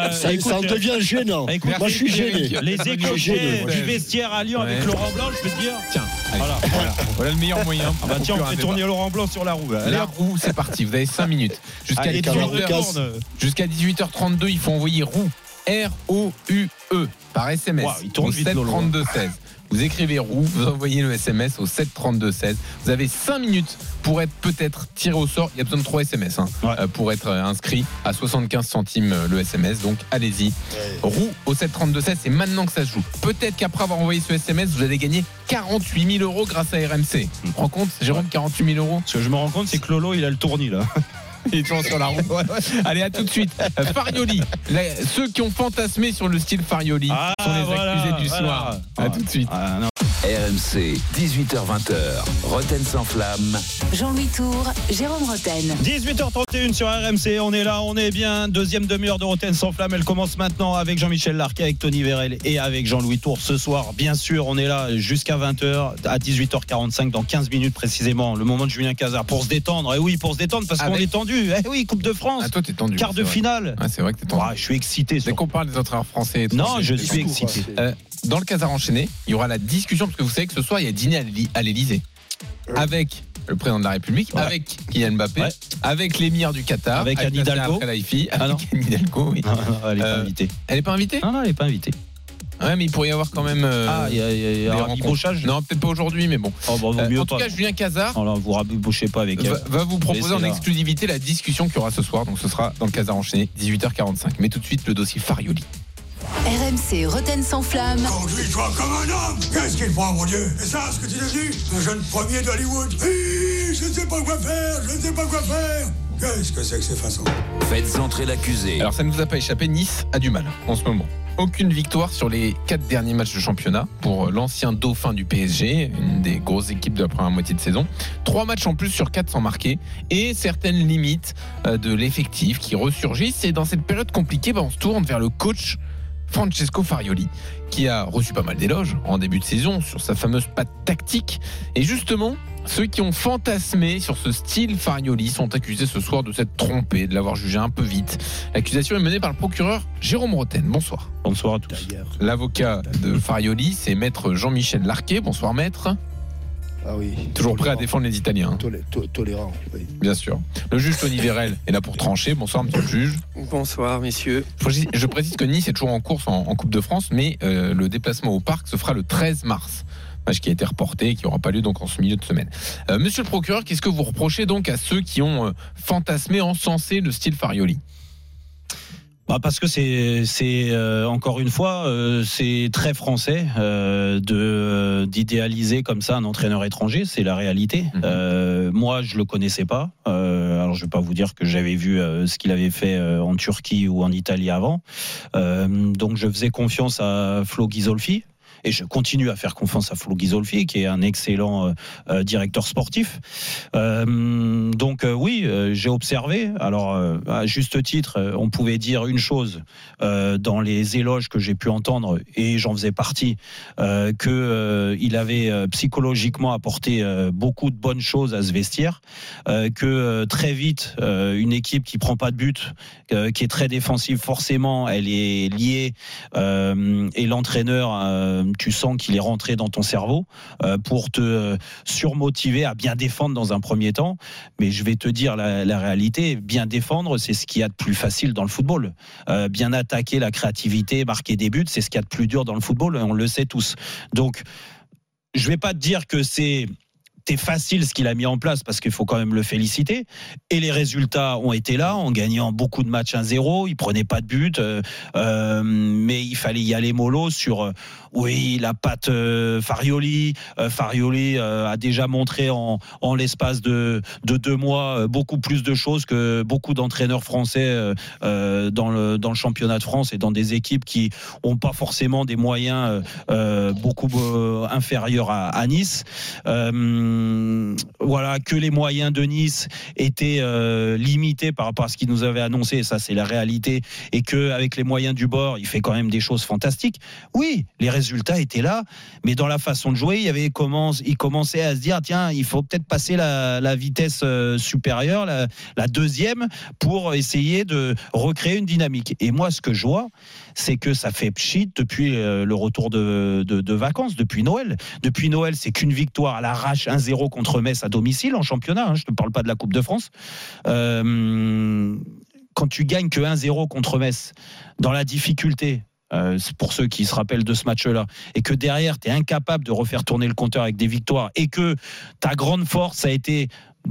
Ça en devient gênant. Moi, je suis gêné. Les écopiers du vestiaire à Lyon ouais. avec Laurent Blanc, je peux te dire. Tiens, voilà, voilà. Voilà le meilleur moyen. Ah bah tiens, on fait tourner Laurent Blanc sur la roue. Là. La roue, c'est parti. Vous avez cinq minutes. Jusqu'à, Allez, dix-huit heures, jusqu'à dix-huit heures trente-deux, il faut envoyer roue. R O U E par S M S wow, au sept trente-deux seize. Vous écrivez roue, vous envoyez le S M S au sept trente-deux seize. Vous avez cinq minutes pour être peut-être tiré au sort. Il y a besoin de trois S M S hein, ouais. pour être inscrit à soixante-quinze centimes le S M S. Donc allez-y. Ouais. Roue au sept trente-deux seize, c'est maintenant que ça se joue. Peut-être qu'après avoir envoyé ce S M S, vous allez gagner quarante-huit mille euros grâce à R M C. Tu te rends compte, Jérôme, quarante-huit mille euros? Ce que je me rends compte, c'est que Lolo, il a le tournis là. Il est toujours sur la roue. Ouais, ouais. Allez, à tout de suite. Farioli. La, ceux qui ont fantasmé sur le style Farioli ah, sont les voilà, accusés du voilà. soir. À ah, tout de suite. Ah, R M C, dix-huit heures vingt, Roten sans flamme. Jean-Louis Tour, Jérôme Roten. dix-huit heures trente et une sur R M C. On est là, on est bien. Deuxième demi-heure de Roten sans flamme. Elle commence maintenant avec Jean-Michel Larquet, avec Tony Vérel et avec Jean-Louis Tour. Ce soir, bien sûr, on est là jusqu'à vingt heures, à dix-huit heures quarante-cinq, dans quinze minutes précisément. Le moment de Julien Cazard pour se détendre. Et oui, pour se détendre parce avec... qu'on est tendu. Eh oui, Coupe de France. Ah, toi, t'es tendu. Quart de finale. Ah, c'est vrai que t'es tendu. Ah, je suis excité. Dès qu'on parle des entraîneurs français. Non, je suis excité. Euh, dans le Cazard enchaîné, il y aura la discussion, parce que vous savez que ce soir, il y a dîner à l'Élysée. Avec le président de la République, ouais. avec Kylian Mbappé, ouais. avec l'émir du Qatar, avec, avec Anne Hidalgo. Avec ah Anne Hidalgo, oui. Non, non, elle n'est euh, pas invitée. Elle n'est pas invitée Non, non, elle n'est pas invitée. Ouais, mais il pourrait y avoir quand même. Euh, ah, il y a, y a un rabibochage. Non, peut-être pas aujourd'hui, mais bon. Oh, bon euh, en tout cas, Julien Cazard. Alors, vous rabibochez pas avec elle. Va, va vous proposer en exclusivité la discussion qu'il y aura ce soir. Donc, ce sera dans le Cazard enchaîné, dix-huit heures quarante-cinq. Mais tout de suite, le dossier Farioli. R M C Roten sans flamme. Conduis-toi comme un homme. Qu'est-ce qu'il prend, mon Dieu? Et ça, ce que tu es devenu? Un jeune premier d'Hollywood. Oui, je ne sais pas quoi faire, je ne sais pas quoi faire. Qu'est-ce que c'est que ces façons? Faites entrer l'accusé. Alors, ça ne vous a pas échappé, Nice a du mal en ce moment. Aucune victoire sur les quatre derniers matchs de championnat pour l'ancien dauphin du P S G, une des grosses équipes de la première moitié de saison. Trois matchs en plus sur quatre sans marquer et certaines limites de l'effectif qui ressurgissent. Et dans cette période compliquée, bah, on se tourne vers le coach Francesco Farioli, qui a reçu pas mal d'éloges en début de saison sur sa fameuse patte tactique. Et justement, ceux qui ont fantasmé sur ce style Farioli sont accusés ce soir de s'être trompés, de l'avoir jugé un peu vite. L'accusation est menée par le procureur Jérôme Roten. Bonsoir. Bonsoir à tous. L'avocat de Farioli, c'est maître Jean-Michel Larquet. Bonsoir maître. Ah oui. Toujours prêt à défendre les Italiens. Tolé- to- tolérant, oui. Bien sûr. Le juge Tony Vérel est là pour trancher. Bonsoir, monsieur le juge. Bonsoir, messieurs. Je précise que Nice est toujours en course en, en Coupe de France, mais euh, le déplacement au parc se fera le treize mars. Match qui a été reporté et qui n'aura pas lieu donc en ce milieu de semaine. Euh, monsieur le procureur, qu'est-ce que vous reprochez donc à ceux qui ont euh, fantasmé, encensé le style Farioli ? Bah parce que c'est, c'est euh, encore une fois, euh, c'est très français euh, de euh, d'idéaliser comme ça un entraîneur étranger. C'est la réalité. Mmh. Euh, moi, je le connaissais pas. Euh, alors, je vais pas vous dire que j'avais vu euh, ce qu'il avait fait euh, en Turquie ou en Italie avant. Euh, donc, je faisais confiance à Flo Ghisolfi. Et je continue à faire confiance à Flo Ghisolfi, qui est un excellent euh, directeur sportif. Euh, donc euh, oui, euh, j'ai observé. Alors, euh, à juste titre, euh, on pouvait dire une chose euh, dans les éloges que j'ai pu entendre, et j'en faisais partie, euh, que euh, il avait euh, psychologiquement apporté euh, beaucoup de bonnes choses à ce vestiaire, euh, que euh, très vite, euh, une équipe qui prend pas de but, euh, qui est très défensive, forcément, elle est liée, euh, et l'entraîneur euh, tu sens qu'il est rentré dans ton cerveau euh, pour te euh, surmotiver à bien défendre dans un premier temps. Mais je vais te dire la, la réalité, bien défendre, c'est ce qu'il y a de plus facile dans le football. Euh, bien attaquer la créativité, marquer des buts, c'est ce qu'il y a de plus dur dans le football, on le sait tous. Donc, je vais pas te dire que c'est c'est facile ce qu'il a mis en place parce qu'il faut quand même le féliciter, et les résultats ont été là en gagnant beaucoup de matchs un zéro, il prenait pas de but, euh, euh, mais il fallait y aller mollo sur euh, oui la patte euh, Farioli euh, Farioli euh, a déjà montré en, en l'espace de, de deux mois euh, beaucoup plus de choses que beaucoup d'entraîneurs français euh, euh, dans, le, dans le championnat de France et dans des équipes qui ont pas forcément des moyens euh, beaucoup euh, inférieurs à, à Nice. euh, Voilà, que les moyens de Nice étaient euh, limités par rapport à ce qu'il nous avait annoncé, ça c'est la réalité, et qu'avec les moyens du bord, il fait quand même des choses fantastiques. Oui, les résultats étaient là, mais dans la façon de jouer, il, y avait commence, il commençait à se dire, tiens, il faut peut-être passer la, la vitesse euh, supérieure, la, la deuxième, pour essayer de recréer une dynamique. Et moi, ce que je vois, c'est que ça fait pchit depuis euh, le retour de, de, de vacances, depuis Noël. Depuis Noël, c'est qu'une victoire à l'arrache, un zéro contre Metz à domicile en championnat, hein, je ne te parle pas de la Coupe de France. Euh, quand tu gagnes que un zéro contre Metz, dans la difficulté, euh, pour ceux qui se rappellent de ce match-là, et que derrière, tu es incapable de refaire tourner le compteur avec des victoires, et que ta grande force a été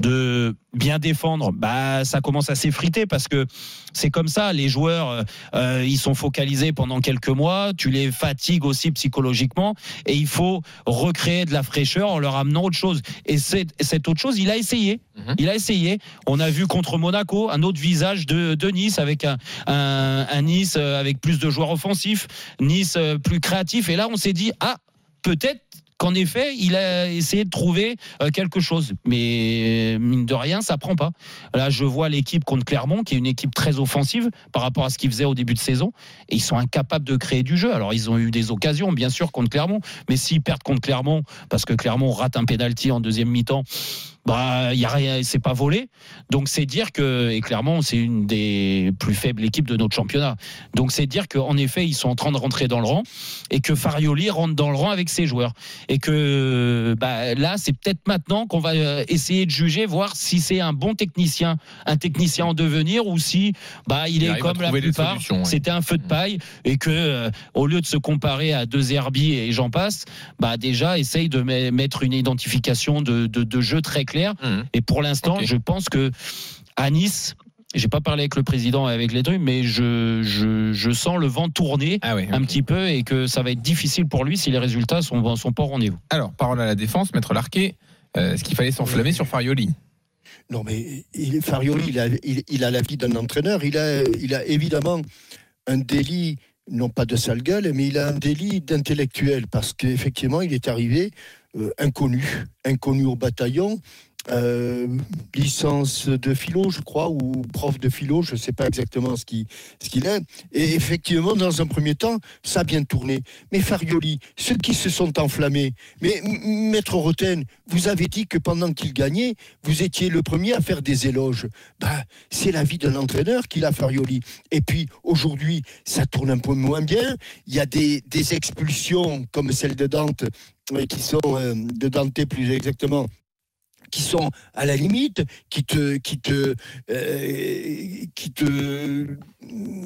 de bien défendre, bah ça commence à s'effriter parce que c'est comme ça, les joueurs euh, ils sont focalisés pendant quelques mois, tu les fatigues aussi psychologiquement et il faut recréer de la fraîcheur en leur amenant autre chose, et cette, cette autre chose il a essayé mmh. il a essayé, on a vu contre Monaco un autre visage de, de Nice avec un, un, un Nice avec plus de joueurs offensifs, Nice plus créatif, et là on s'est dit ah peut-être qu'en effet, il a essayé de trouver quelque chose. Mais mine de rien, ça prend pas. Là, je vois l'équipe contre Clermont, qui est une équipe très offensive par rapport à ce qu'ils faisaient au début de saison. Et ils sont incapables de créer du jeu. Alors, ils ont eu des occasions, bien sûr, contre Clermont. Mais s'ils perdent contre Clermont, parce que Clermont rate un pénalty en deuxième mi-temps, bah, y a rien, c'est pas volé. Donc, c'est dire que, et Clermont, c'est une des plus faibles équipes de notre championnat. Donc, c'est dire qu'en effet, ils sont en train de rentrer dans le rang et que Farioli rentre dans le rang avec ses joueurs. Et que, bah, là, c'est peut-être maintenant qu'on va essayer de juger, voir si c'est un bon technicien, un technicien en devenir, ou si, bah, il, il est comme la plupart, ouais. C'était un feu de paille, et que, euh, au lieu de se comparer à deux Zerbi et j'en passe, bah, déjà, essaye de mettre une identification de, de, de jeu très clair. Mmh. Et pour l'instant, okay. je pense que à Nice, j'ai pas parlé avec le président et avec les trucs, mais je, je, je sens le vent tourner ah oui, okay. un petit peu, et que ça va être difficile pour lui si les résultats sont, sont pas au rendez-vous. Alors, parole à la défense, Maître Larquet, euh, est-ce qu'il fallait s'enflammer oui. sur Farioli? Non, mais il, Farioli, il a, il, il a la vie d'un entraîneur. Il a, il a évidemment un délit, non pas de sale gueule, mais il a un délit d'intellectuel, parce qu'effectivement, il est arrivé euh, inconnu, inconnu au bataillon. Euh, licence de philo, je crois, ou prof de philo, je ne sais pas exactement ce qu'il, ce qu'il est. Et effectivement, dans un premier temps, ça a bien tourné. Mais Farioli, ceux qui se sont enflammés, mais Maître Roten, vous avez dit que pendant qu'il gagnait, vous étiez le premier à faire des éloges. Bah, c'est la vie d'un entraîneur qu'il a, Farioli. Et puis, aujourd'hui, ça tourne un peu moins bien. Il y a des, des expulsions, comme celle de Dante, qui sont, euh, de Dante plus exactement, qui sont à la limite, qui te, qui te, euh, qui te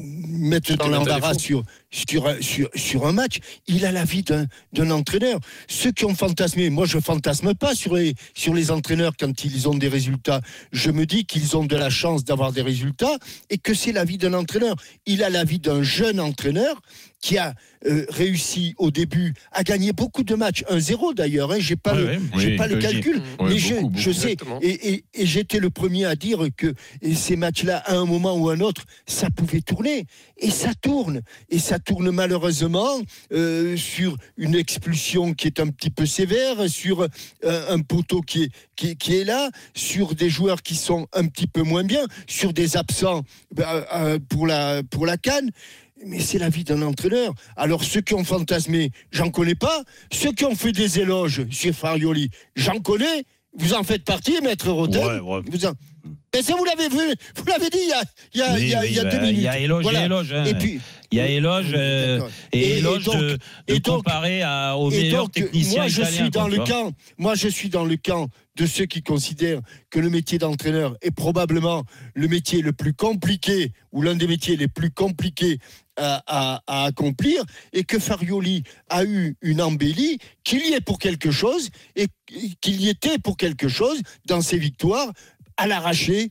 mettre dans l'embarras sur, sur, sur, sur un match. Il a la vie d'un, d'un entraîneur. Ceux qui ont fantasmé, moi je fantasme pas sur les, sur les entraîneurs quand ils ont des résultats. Je me dis qu'ils ont de la chance d'avoir des résultats et que c'est la vie d'un entraîneur. Il a la vie d'un jeune entraîneur qui a euh, réussi au début à gagner beaucoup de matchs, un zéro d'ailleurs, hein, j'ai pas, ouais, le, oui, j'ai oui, pas le calcul, oui, mais je, beaucoup, je beaucoup, sais, et, et, et j'étais le premier à dire que ces matchs-là, à un moment ou à un autre, ça pouvait tourner, et ça tourne, et ça tourne malheureusement euh, sur une expulsion qui est un petit peu sévère, sur euh, un poteau qui est, qui, qui est là, sur des joueurs qui sont un petit peu moins bien, sur des absents euh, euh, pour la, pour la CAN. Mais c'est la vie d'un entraîneur. Alors ceux qui ont fantasmé, j'en connais pas. Ceux qui ont fait des éloges sur Farioli, j'en connais. Vous en faites partie, Maître Rotten. Ouais, ouais. Vous en... Mais ça, vous l'avez vu, vous l'avez dit il y a, il y a, oui, il y a, oui, il y a bah, deux minutes. Il y a éloge voilà. et éloge. Hein. Et puis, il y a éloge euh, et, et éloge et donc, de, de et donc, comparé à, aux meilleurs donc, techniciens moi, je italiens. Suis dans quoi, le camp, moi, je suis dans le camp de ceux qui considèrent que le métier d'entraîneur est probablement le métier le plus compliqué ou l'un des métiers les plus compliqués à, à, à accomplir, et que Farioli a eu une embellie, qu'il y est pour quelque chose et qu'il y était pour quelque chose dans ses victoires à l'arraché.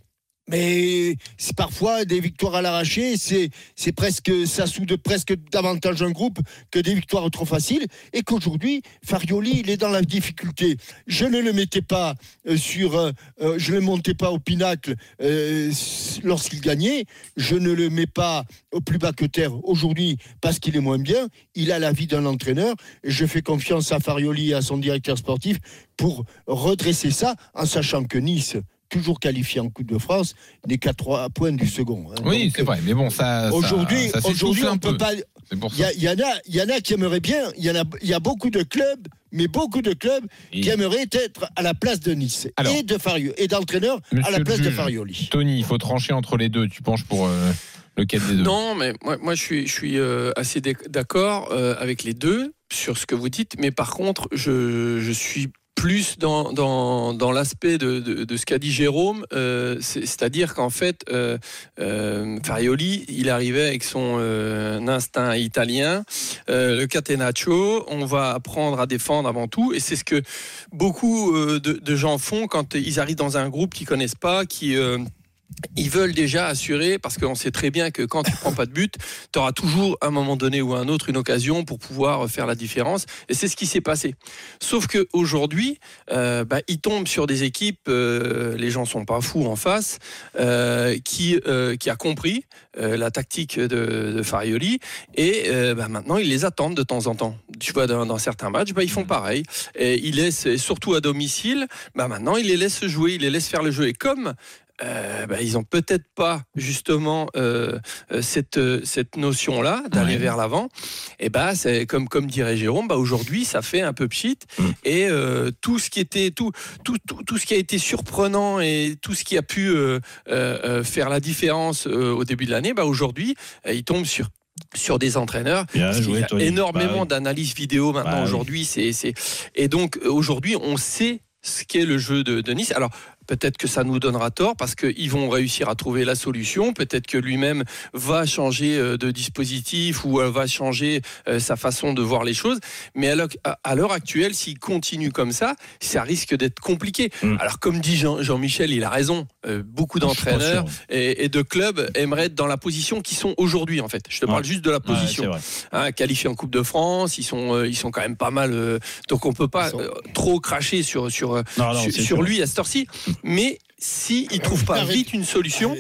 Mais c'est parfois des victoires à l'arraché, c'est, c'est presque, ça soude presque davantage un groupe que des victoires trop faciles, et qu'aujourd'hui, Farioli, il est dans la difficulté. Je ne le mettais pas sur, euh, je ne le montais pas au pinacle euh, lorsqu'il gagnait, je ne le mets pas au plus bas que terre aujourd'hui parce qu'il est moins bien. Il a la vie d'un entraîneur, et je fais confiance à Farioli et à son directeur sportif pour redresser ça, en sachant que Nice, toujours qualifié en Coupe de France, n'est qu'à trois points du second. Hein. Oui, donc, c'est vrai, mais bon, ça. Aujourd'hui, ça, ça aujourd'hui on ne peut pas. Il y, y en a, il y en a qui aimeraient bien. Il y en a, il y a beaucoup de clubs, mais beaucoup de clubs et... qui aimeraient être à la place de Nice. Alors, et de Farioli et d'entraîneur à la place de Farioli. Tony, il faut trancher entre les deux. Tu penches pour euh, lequel des deux? Non, mais moi, moi, je suis, je suis euh, assez d'accord euh, avec les deux sur ce que vous dites, mais par contre, je, je suis plus dans, dans, dans l'aspect de, de, de ce qu'a dit Jérôme, euh, c'est, c'est-à-dire qu'en fait, euh, euh, Farioli, il arrivait avec son euh, instinct italien, euh, le catenaccio, on va apprendre à défendre avant tout, et c'est ce que beaucoup euh, de, de gens font quand ils arrivent dans un groupe qu'ils connaissent pas, qui... Euh, ils veulent déjà assurer, parce qu'on sait très bien que quand tu ne prends pas de but, tu auras toujours à un moment donné ou à un autre une occasion pour pouvoir faire la différence, et c'est ce qui s'est passé. Sauf qu'aujourd'hui, euh, bah, ils tombent sur des équipes, euh, les gens ne sont pas fous en face, euh, qui, euh, qui a compris euh, la tactique de, de Farioli, et euh, bah, maintenant ils les attendent de temps en temps. Tu vois, dans, dans certains matchs, bah, ils font pareil, et ils laissent, surtout à domicile, bah, maintenant ils les laissent jouer, ils les laissent faire le jeu, et comme Euh, bah, ils n'ont peut-être pas justement euh, cette, cette notion-là d'aller ouais. vers l'avant, et bah, c'est comme, comme dirait Jérôme, bah, aujourd'hui ça fait un peu pchit, mmh. et euh, tout, ce qui était, tout, tout, tout, tout ce qui a été surprenant et tout ce qui a pu euh, euh, faire la différence euh, au début de l'année, bah, aujourd'hui euh, ils tombent sur sur des entraîneurs. Bien joué, il y a Tony. énormément bah, oui. d'analyses vidéo maintenant bah, aujourd'hui, oui. c'est, c'est... et donc aujourd'hui on sait ce qu'est le jeu de, de Nice. Alors peut-être que ça nous donnera tort parce qu'ils vont réussir à trouver la solution. Peut-être que lui-même va changer de dispositif ou va changer sa façon de voir les choses. Mais à l'heure actuelle, s'il continue comme ça, ça risque d'être compliqué. Mmh. Alors, comme dit Jean, Jean-Michel, il a raison. Euh, beaucoup d'entraîneurs et, et de clubs aimeraient être dans la position qu'ils sont aujourd'hui, en fait. Je te parle ouais. juste de la position. Ouais, hein, qualifiés en Coupe de France, ils sont, euh, ils sont quand même pas mal. Euh, donc, on ne peut pas sont... euh, trop cracher sur, sur, non, non, sur, sur lui à cette heure-ci. Mais s'il ne trouve pas vite une solution,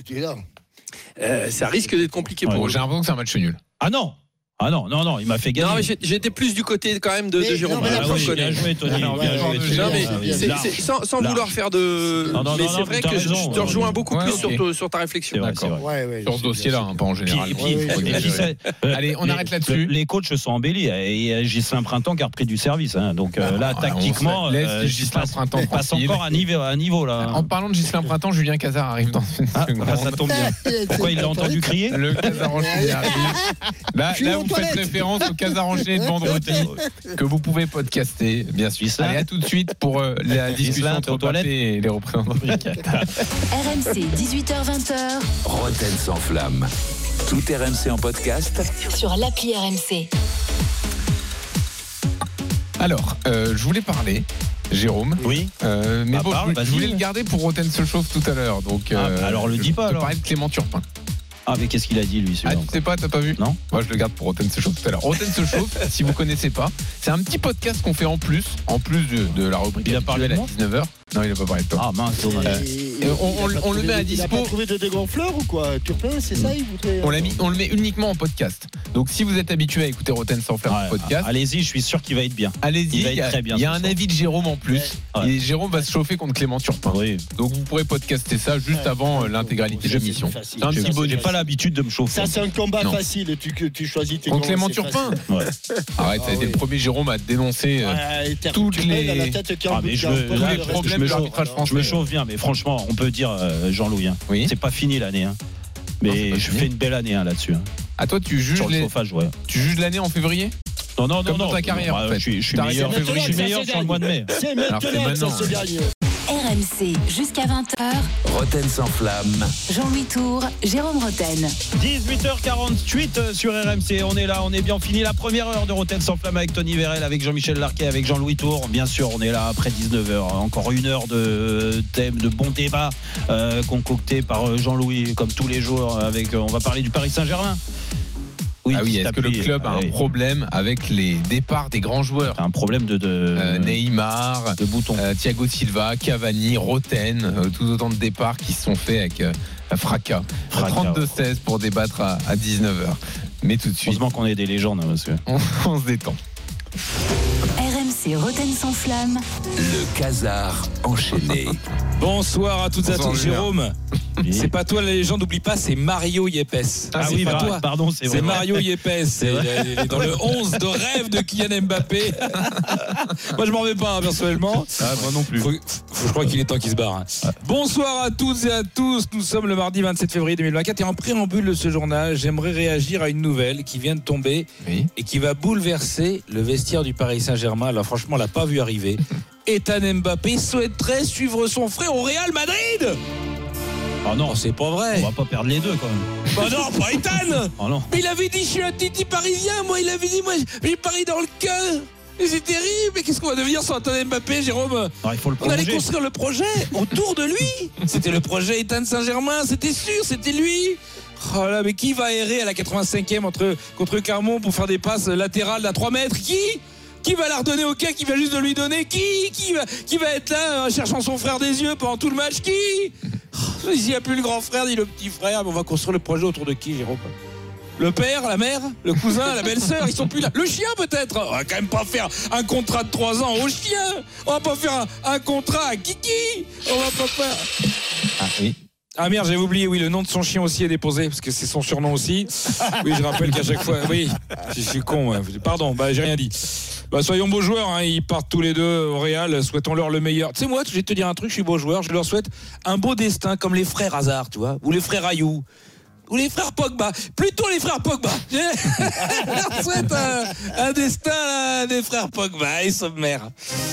euh, ça risque d'être compliqué pour ouais, eux. J'ai l'impression que c'est un match nul. Ah non Ah non, non, non, il m'a fait gagner. Non, mais j'étais plus du côté quand même de, de Jérôme. Non, ah, oui, bien joué, Tony. Non, bien joué, Tony. Non, mais c'est, c'est, sans, sans vouloir faire de. Non, non, mais non, c'est non, vrai que raison, je te rejoins non, beaucoup ouais, plus okay. sur, sur ta réflexion. Vrai, D'accord. Ouais, ouais, sur ce dossier-là, hein, pas en général. Puis, puis, ouais, ouais, ouais, ouais. Allez, on les, arrête là-dessus. Les coachs se sont embellis. Et Ghislain Printemps qui a repris du service. Hein, donc ah, là, ah, tactiquement, laisse Ghislain Printemps passe encore à niveau là. En parlant de Ghislain Printemps, Julien Cazard arrive dans une seconde. Ça tombe bien. Pourquoi il l'a entendu crier? Le Cazard enchaîné arrive. Là, vous faites référence au Casar enchaîné de vendredi que vous pouvez podcaster, bien sûr. Allez, à tout de suite pour euh, la discussion entre Mbappé et les représentants. R M C, dix-huit heures vingt. Rotten sans flamme. Tout R M C en podcast sur l'appli R M C. Alors, euh, je voulais parler, Jérôme. Oui. Euh, mais bah, bon, parle, je voulais le garder pour Roten se chauffe tout à l'heure. Donc, ah, euh, alors le dis pas. Je alors. te parlais de Clément Turpin. Ah, mais qu'est-ce qu'il a dit, lui, celui-là? Ah, tu sais pas, t'as pas vu? Non. Moi, je le garde pour Roten se chauffe tout à l'heure. Roten se chauffe, si vous connaissez pas, c'est un petit podcast qu'on fait en plus, en plus de, de la rubrique. Il a parlé à dix-neuf heures. Non, il n'a pas parlé de toi. Ah, mince, dommage. Euh, on on, on le met à dispo. Il n'a pas trouvé de dégonfleur ou quoi? Turpin, c'est ça, il voudrait. On, l'a mis, on le met uniquement en podcast. Donc, si vous êtes habitué à écouter Roten sans faire ouais, un podcast, allez-y, je suis sûr qu'il va être bien. Allez-y, il va être très bien. Il y a un avis de Jérôme en plus. Ouais. Et Jérôme va se chauffer contre Clément Turpin. Oui. Donc, vous pourrez podcaster ça juste ouais. avant l'intégralité de l'émission. C'est un je, petit bonus. J'ai pas l'habitude de me chauffer. Ça, c'est un combat non. facile. Tu, tu choisis tes contre Clément Turpin. Ouais. Arrête, ça a été le premier Jérôme à dénoncer ouais, toutes les ah, mais je me, tous là, les problèmes de l'arbitrage français. Je me chauffe bien, mais franchement, on peut dire euh, Jean-Louis. Hein. Oui. C'est pas fini l'année. Hein. Mais non, je fini. fais une belle année hein, là-dessus. Hein. À toi, tu juges sur le les... chauffage, ouais. Tu juges l'année en février? Non, non, non, comme non. Dans ta carrière, bah, en fait. Je suis, je suis meilleur. Je suis meilleur sur le mois de mai. C'est maintenant, ça se gagne. R M C jusqu'à vingt heures. Roten sans flamme. Jean-Louis Tour, Jérôme Roten. dix-huit heures quarante-huit sur R M C. On est là, on est bien fini. La première heure de Roten sans flamme avec Tony Vérel, avec Jean-Michel Larquet, avec Jean-Louis Tour. Bien sûr, on est là après dix-neuf heures. Encore une heure de thème, de bons débats euh, concoctés par Jean-Louis, comme tous les jours. Avec, on va parler du Paris Saint-Germain. Oui, ah oui, est-ce que le club a un problème avec les départs des grands joueurs? Un problème de, de euh, Neymar, de boutons. Euh, Thiago Silva, Cavani, Roten, euh, tous autant de départs qui se sont faits avec euh, fracas. fracas. trente-deux seize pour débattre à, à dix-neuf heures. Mais tout de suite. Heureusement qu'on est des légendes, hein, monsieur. On, on se détend. R M C Roten sans flamme. Le Casar enchaîné. Bonsoir à toutes et à tous. Jérôme, c'est pas toi la légende, n'oublie pas, c'est Mario Yepes. Ah, ah c'est oui, pas bah, toi. Pardon, c'est vrai. C'est Mario Yepes. C'est il est dans le onze de rêve de Kylian Mbappé. Moi, je m'en vais pas, hein, personnellement. Ah, moi non plus. Faut, faut, je crois qu'il est temps qu'il se barre. Hein. Ouais. Bonsoir à toutes et à tous. Nous sommes le mardi vingt-sept février deux mille vingt-quatre et en préambule de ce journal, j'aimerais réagir à une nouvelle qui vient de tomber oui. et qui va bouleverser le vestiaire du Paris Saint-Germain. Alors, franchement, on l'a pas vu arriver. Ethan Mbappé souhaiterait suivre son frère au Real Madrid. Oh non, oh, c'est pas vrai. On va pas perdre les deux quand même. Bah non, pas Ethan. Oh non. Mais il avait dit je suis un titi parisien. Moi, il avait dit moi j'ai Paris dans le cœur. Et c'est terrible. Mais qu'est-ce qu'on va devenir sans Ethan Mbappé, Jérôme? Alors, il faut le On allait construire le projet autour de lui. C'était le projet Ethan Saint-Germain. C'était sûr, c'était lui. Oh là, mais qui va errer à la quatre-vingt-cinquième entre, contre Carmon pour faire des passes latérales à trois mètres? Qui Qui va la redonner au quai? Qui va juste de lui donner? Qui qui va, qui va être là, euh, cherchant son frère des yeux pendant tout le match? Qui oh, il n'y a plus le grand frère ni le petit frère. Mais on va construire le projet autour de qui, Jérôme? Le père, la mère, le cousin, la belle-sœur, ils sont plus là. Le chien peut-être. On va quand même pas faire un contrat de trois ans au chien. On va pas faire un, un contrat à Kiki. On va pas faire. Ah oui. Ah merde, j'avais oublié, oui, le nom de son chien aussi est déposé, parce que c'est son surnom aussi. Oui, je rappelle qu'à chaque fois, oui, je suis con, ouais. Pardon, bah j'ai rien dit. Bah soyons beaux joueurs, hein. Ils partent tous les deux au Real, souhaitons-leur le meilleur. Tu sais, moi, je vais te dire un truc, je suis beau joueur, je leur souhaite un beau destin comme les frères Hazard, tu vois, ou les frères Ayou. Ou les frères Pogba, plutôt les frères Pogba. Je leur souhaite un, un destin là, des frères Pogba et sommaire.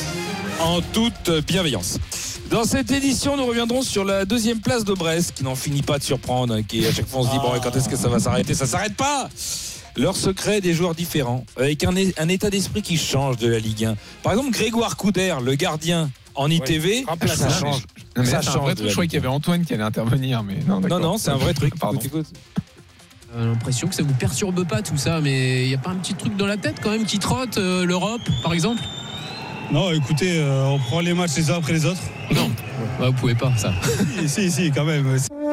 En toute bienveillance. Dans cette édition, nous reviendrons sur la deuxième place de Brest, qui n'en finit pas de surprendre, qui à chaque fois on se dit bon, quand est-ce que ça va s'arrêter? Ça s'arrête pas. Leur secret, des joueurs différents, avec un, un état d'esprit qui change de la Ligue un. Par exemple, Grégoire Couder, le gardien en I T V, ouais, ça change. Non, ça c'est change un vrai truc. Je croyais qu'il y avait Antoine qui allait intervenir, mais non. Non, non, c'est un vrai truc. Pardon. Écoute, J'ai l'impression que ça vous perturbe pas tout ça, mais il y a pas un petit truc dans la tête quand même qui trotte, euh, l'Europe, par exemple? Non, écoutez, euh, on prend les matchs les uns après les autres. Non, bah, vous pouvez pas, ça. si, si, si, quand même.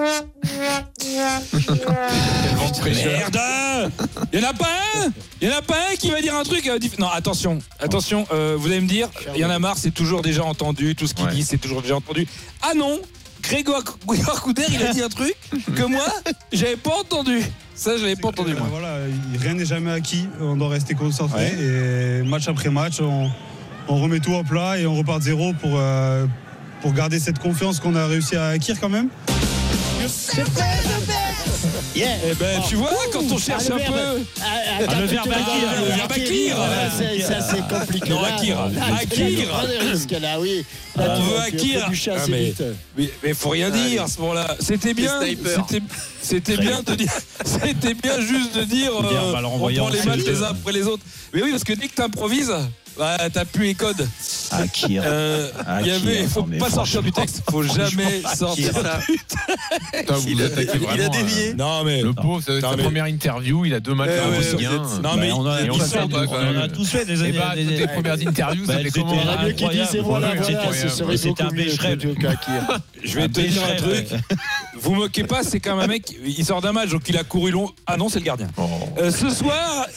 Merde! Il y en a pas un? Il y en a pas un qui va dire un truc euh, diff... Non, attention, attention, euh, vous allez me dire, il y en a marre, c'est toujours déjà entendu, tout ce qu'il ouais. dit, c'est toujours déjà entendu. Ah non, Grégoire Couder, il a dit un truc que moi, j'avais pas entendu. Ça, je l'avais pas entendu, euh, moi. Voilà, rien n'est jamais acquis, on doit rester concentré, ouais. Et match après match, on, on remet tout en plat et on repart de zéro pour, euh, pour garder cette confiance qu'on a réussi à acquérir quand même. Yeah. Eh ben, tu vois, quand on cherche ah, un verbe, peu. Ah, ah, le verbe acquire, le verbe acquire. Ça, c'est compliqué. Non, acquire. Acquire. Là, oui. On veut acquire. Mais il faut rien dire à ce moment-là. C'était bien. C'était, c'était bien de dire. C'était bien juste de dire. Euh, bah, on prend les matchs les uns après les autres. Mais oui, parce que dès que tu improvises. Bah, t'as plus les codes. Akir. Euh, il y avait, il faut pas sortir du texte. Faut jamais sortir du texte. Il a, il a dévié. Non mais le pauvre, c'est sa première interview. Il a deux matchs à Bosnien. Non mais on a tous fait. On a tous fait des années. Les premières interviews, c'était comment? Qui disait voilà, c'était un bécherel. Je vais te dire un truc. Vous moquez pas, c'est quand même un mec. Il sort d'un match, donc il a couru long. Ah non, c'est le gardien. Ce soir,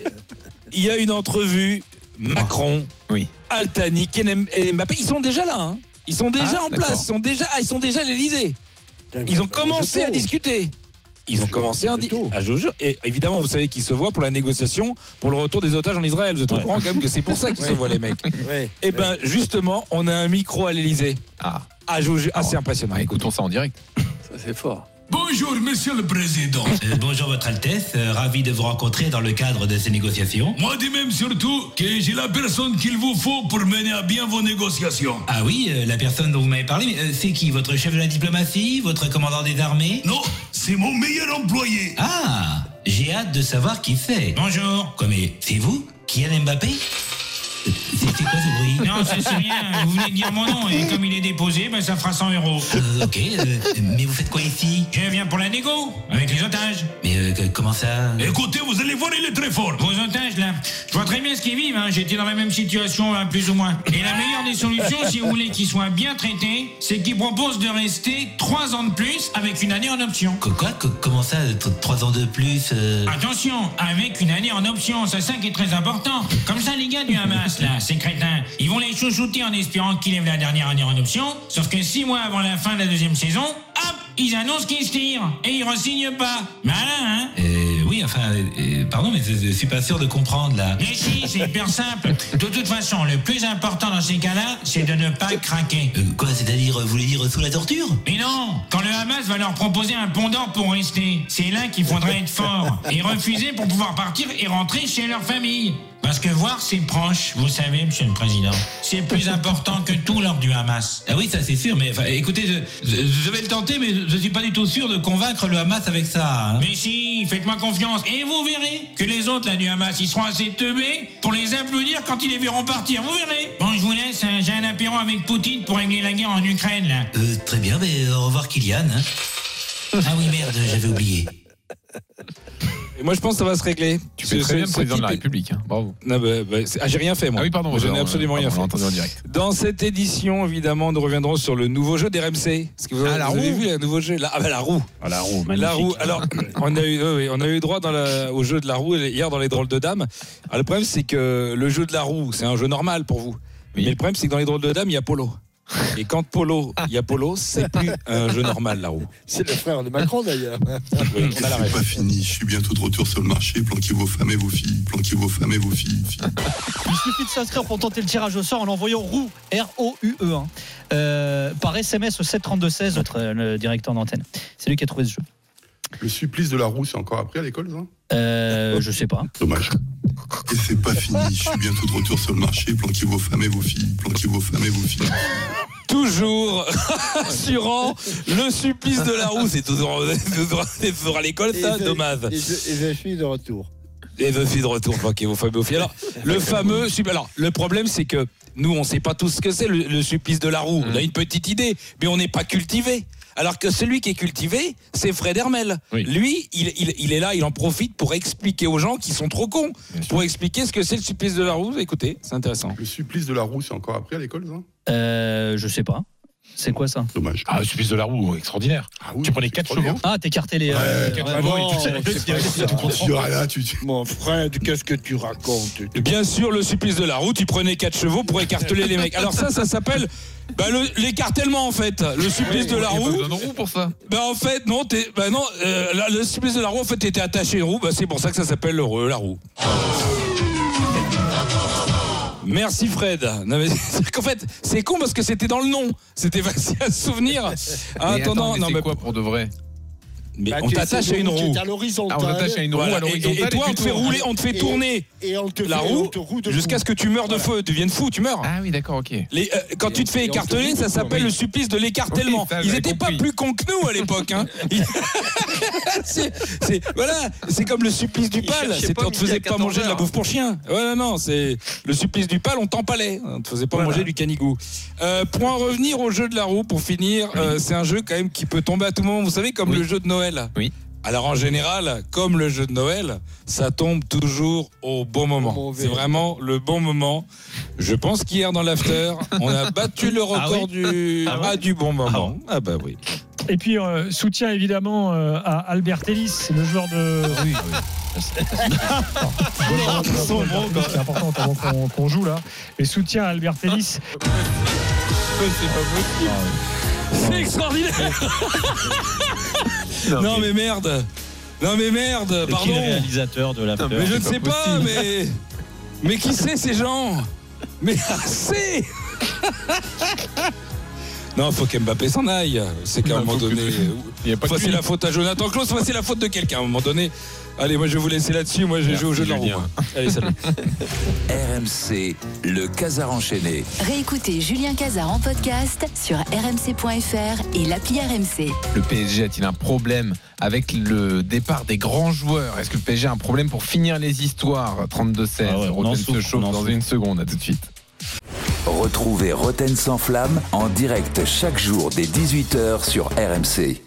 il y a une entrevue. Macron, oui. Altani, et Mbappé, ils sont déjà là. Hein. Ils sont déjà ah, en place. Ils sont déjà, ah, ils sont déjà à l'Elysée. Ils ont commencé à discuter. Ils ont commencé à, di- à jouer. Et évidemment, vous savez qu'ils se voient pour la négociation, pour le retour des otages en Israël. Vous êtes au courant quand même que c'est pour ça qu'ils ouais. se voient, les mecs. Ouais. Et ben ouais. justement, on a un micro à l'Elysée. Ah, à jouer, assez impressionnant. Ah, écoutons ça en direct. Ça c'est fort. Bonjour, monsieur le président. Euh, bonjour, votre Altesse. Euh, ravi de vous rencontrer dans le cadre de ces négociations. Moi, dis même surtout que j'ai la personne qu'il vous faut pour mener à bien vos négociations. Ah oui, euh, la personne dont vous m'avez parlé, mais, euh, c'est qui? Votre chef de la diplomatie? Votre commandant des armées? Non, c'est mon meilleur employé. Ah, j'ai hâte de savoir qui c'est. Bonjour. Quoi, mais c'est vous? Kylian Mbappé? C'est quoi ce bruit? Non, c'est, c'est rien. Vous venez de dire mon nom et comme il est déposé, ben, ça fera cent euros. Euh, ok, euh, mais vous faites quoi ici? Je viens pour la négo, avec les otages. Mais euh, comment ça? Écoutez, vous allez voir, il est très fort. Vos otages, là, je vois très bien ce qu'ils vivent. Hein. J'étais dans la même situation, hein, plus ou moins. Et la meilleure des solutions, si vous voulez qu'ils soient bien traités, c'est qu'ils proposent de rester trois ans de plus avec une année en option. Quoi? Comment ça, trois ans de plus euh... Attention, avec une année en option, c'est ça qui est très important. Comme ça, les gars du Hamas, là, ces crétins, ils vont les chouchouter en espérant qu'ils lèvent la dernière année en option, sauf que six mois avant la fin de la deuxième saison, hop, ils annoncent qu'ils se tirent et ils re-signent pas. Malin, hein? Euh, oui, enfin, euh, pardon, mais je, je suis pas sûr de comprendre, là. Mais si, c'est hyper simple. De toute façon, le plus important dans ces cas-là, c'est de ne pas craquer. Euh, quoi, c'est-à-dire, vous voulez dire sous la torture? Mais non, quand le Hamas va leur proposer un pont d'or pour rester, c'est là qu'il faudrait être fort et refuser pour pouvoir partir et rentrer chez leur famille. Parce que voir ses proches, vous savez, monsieur le président, c'est plus important que tout lors du Hamas. Ah oui, ça c'est sûr, mais enfin, écoutez, je, je, je vais le tenter, mais je suis pas du tout sûr de convaincre le Hamas avec ça. Hein. Mais si, faites-moi confiance, et vous verrez que les autres là du Hamas, ils seront assez teubés pour les applaudir quand ils les verront partir, vous verrez. Bon, je vous laisse, hein, j'ai un apéro avec Poutine pour régler la guerre en Ukraine, là. Euh, très bien, mais au revoir Kylian. Hein. Ah oui, merde, j'avais oublié. Et moi je pense que ça va se régler. Tu fais très bien le président de la République, hein. Bravo. Non, bah, bah, ah, j'ai rien fait moi. Ah oui, pardon. Je n'ai absolument rien fait. En direct. Dans cette édition, évidemment, nous reviendrons sur le nouveau jeu d'R M C. Est-ce que vous, ah, vous avez vu le nouveau jeu? La, ah bah la roue. Ah, la roue, magnifique. La roue. Alors, on a eu, oui, on a eu droit dans la, au jeu de la roue hier dans les drôles de dames. Alors, le problème c'est que le jeu de la roue, c'est un jeu normal pour vous. Oui. Mais le problème c'est que dans les drôles de dames, il y a Polo. Et quand Polo, il y a Polo, c'est plus un jeu normal la roue. C'est le frère de Macron d'ailleurs. Oui, on a la pas fini, je suis bientôt de retour sur le marché. Planquez vos femmes et vos filles, planquez vos femmes et vos filles. Il suffit de s'inscrire pour tenter le tirage au sort en envoyant roue R O U E hein, euh, par S M S au sept trente-deux seize, notre le directeur d'antenne. C'est lui qui a trouvé ce jeu. Le supplice de la roue, c'est encore appris à l'école, ça? Euh, je sais pas. Dommage. Et c'est pas fini, je suis bientôt de retour sur le marché. Planquez vos femmes et vos filles, planquez vos femmes et vos filles. Toujours assurant le supplice de la roue. C'est toujours, toujours à l'école, ça, dommage. Et je, et je suis de retour. Et je suis de retour, planquez vos femmes et vos filles. Alors, le fameux. Alors, le problème, c'est que nous, on sait pas tous ce que c'est, le, le supplice de la roue. Mmh. On a une petite idée, mais on n'est pas cultivé. Alors que celui qui est cultivé, c'est Fred Hermel. Oui. Lui, il, il, il est là, il en profite pour expliquer aux gens qui sont trop cons, pour expliquer ce que c'est le supplice de la roue. Écoutez, c'est intéressant. Le supplice de la roue, c'est encore appris à l'école, ça? Euh, je sais pas. C'est quoi ça? Dommage. Ah, le supplice de la roue, extraordinaire. Ah, oui, tu prenais quatre chevaux. Ah, t'écartais les. Euh, ouais, ouais, non, tu sais, tu tu Mon frère, qu'est-ce que tu racontes? Bien sûr, le supplice de la roue, tu prenais quatre chevaux pour écarteler les mecs. Alors ça, ça s'appelle bah, le, l'écartèlement en fait. Le supplice ouais, de la roue. Il y a pas besoin de roue pour ça. Bah en fait non, t'es, bah non, euh, le supplice de la roue en fait t'étais attaché à une roue. Bah c'est pour ça que ça s'appelle le, la roue. Merci Fred. Non, mais c'est, en fait, c'est con parce que c'était dans le nom. C'était facile à se souvenir. Ah, attends, non, mais non, c'est mais quoi pour de vrai? Mais bah, on t'attache à une roue. À l'horizontale. Ah, on t'attache à une roue Voilà. à l'horizontale. Et, et toi, on te fait rouler, on te fait tourner et, et on te la fait, roue te jusqu'à ce que tu meurs de voilà. feu, tu deviennes fou, tu meurs. Ah oui, d'accord, ok. Les, euh, quand et tu te fais écarteler, ça s'appelle oui. le supplice de l'écartèlement. Oui, ça, Ils n'étaient pas plus cons que nous à l'époque. Hein. c'est, c'est, voilà, c'est comme le supplice du pal. C'est, on te faisait pas manger de la bouffe pour chien. Ouais, non, c'est le supplice du pal, on t'empalait. On te faisait pas voilà. manger du canigou. Euh, pour en revenir au jeu de la roue, pour finir, oui. euh, c'est un jeu quand même qui peut tomber à tout moment. Vous savez, comme oui. le jeu de Noël. Oui. Alors en général, comme le jeu de Noël, ça tombe toujours au bon moment. C'est vraiment le bon moment. Je pense qu'hier dans l'after, on a battu le record ah oui du ah, ouais. du bon moment. Ah, ah bah oui. Et puis euh, soutien évidemment euh, à Albert Ellis, le joueur de. Oui, oui. C'est important avant qu'on, qu'on joue là. Mais soutien à Albert Ellis. C'est pas possible. Ah, oui. C'est extraordinaire. Non, non mais... mais merde. Non mais merde, c'est pardon. Qui est le réalisateur de l'after. Mais je ne sais pas, pas mais mais qui c'est ces gens? Mais assez. Non, faut qu'Mbappé s'en aille. C'est qu'à un moment donné, soit c'est la faute à Jonathan Klaus, soit c'est la faute de quelqu'un à un moment donné. Allez, moi je vais vous laisser là-dessus. Moi j'ai joué au jeu de la roue. Allez, salut. R M C, le Casar enchaîné. Réécoutez Julien Casar en podcast sur r m c point f r et l'appli R M C. Le P S G a-t-il un problème avec le départ des grands joueurs? Est-ce que le P S G a un problème pour finir les histoires? Trente-deux seize, ah ouais, Roten se chauffe dans souffre. Une seconde. À tout de suite. Retrouvez Roten sans flamme en direct chaque jour dès dix-huit heures sur R M C.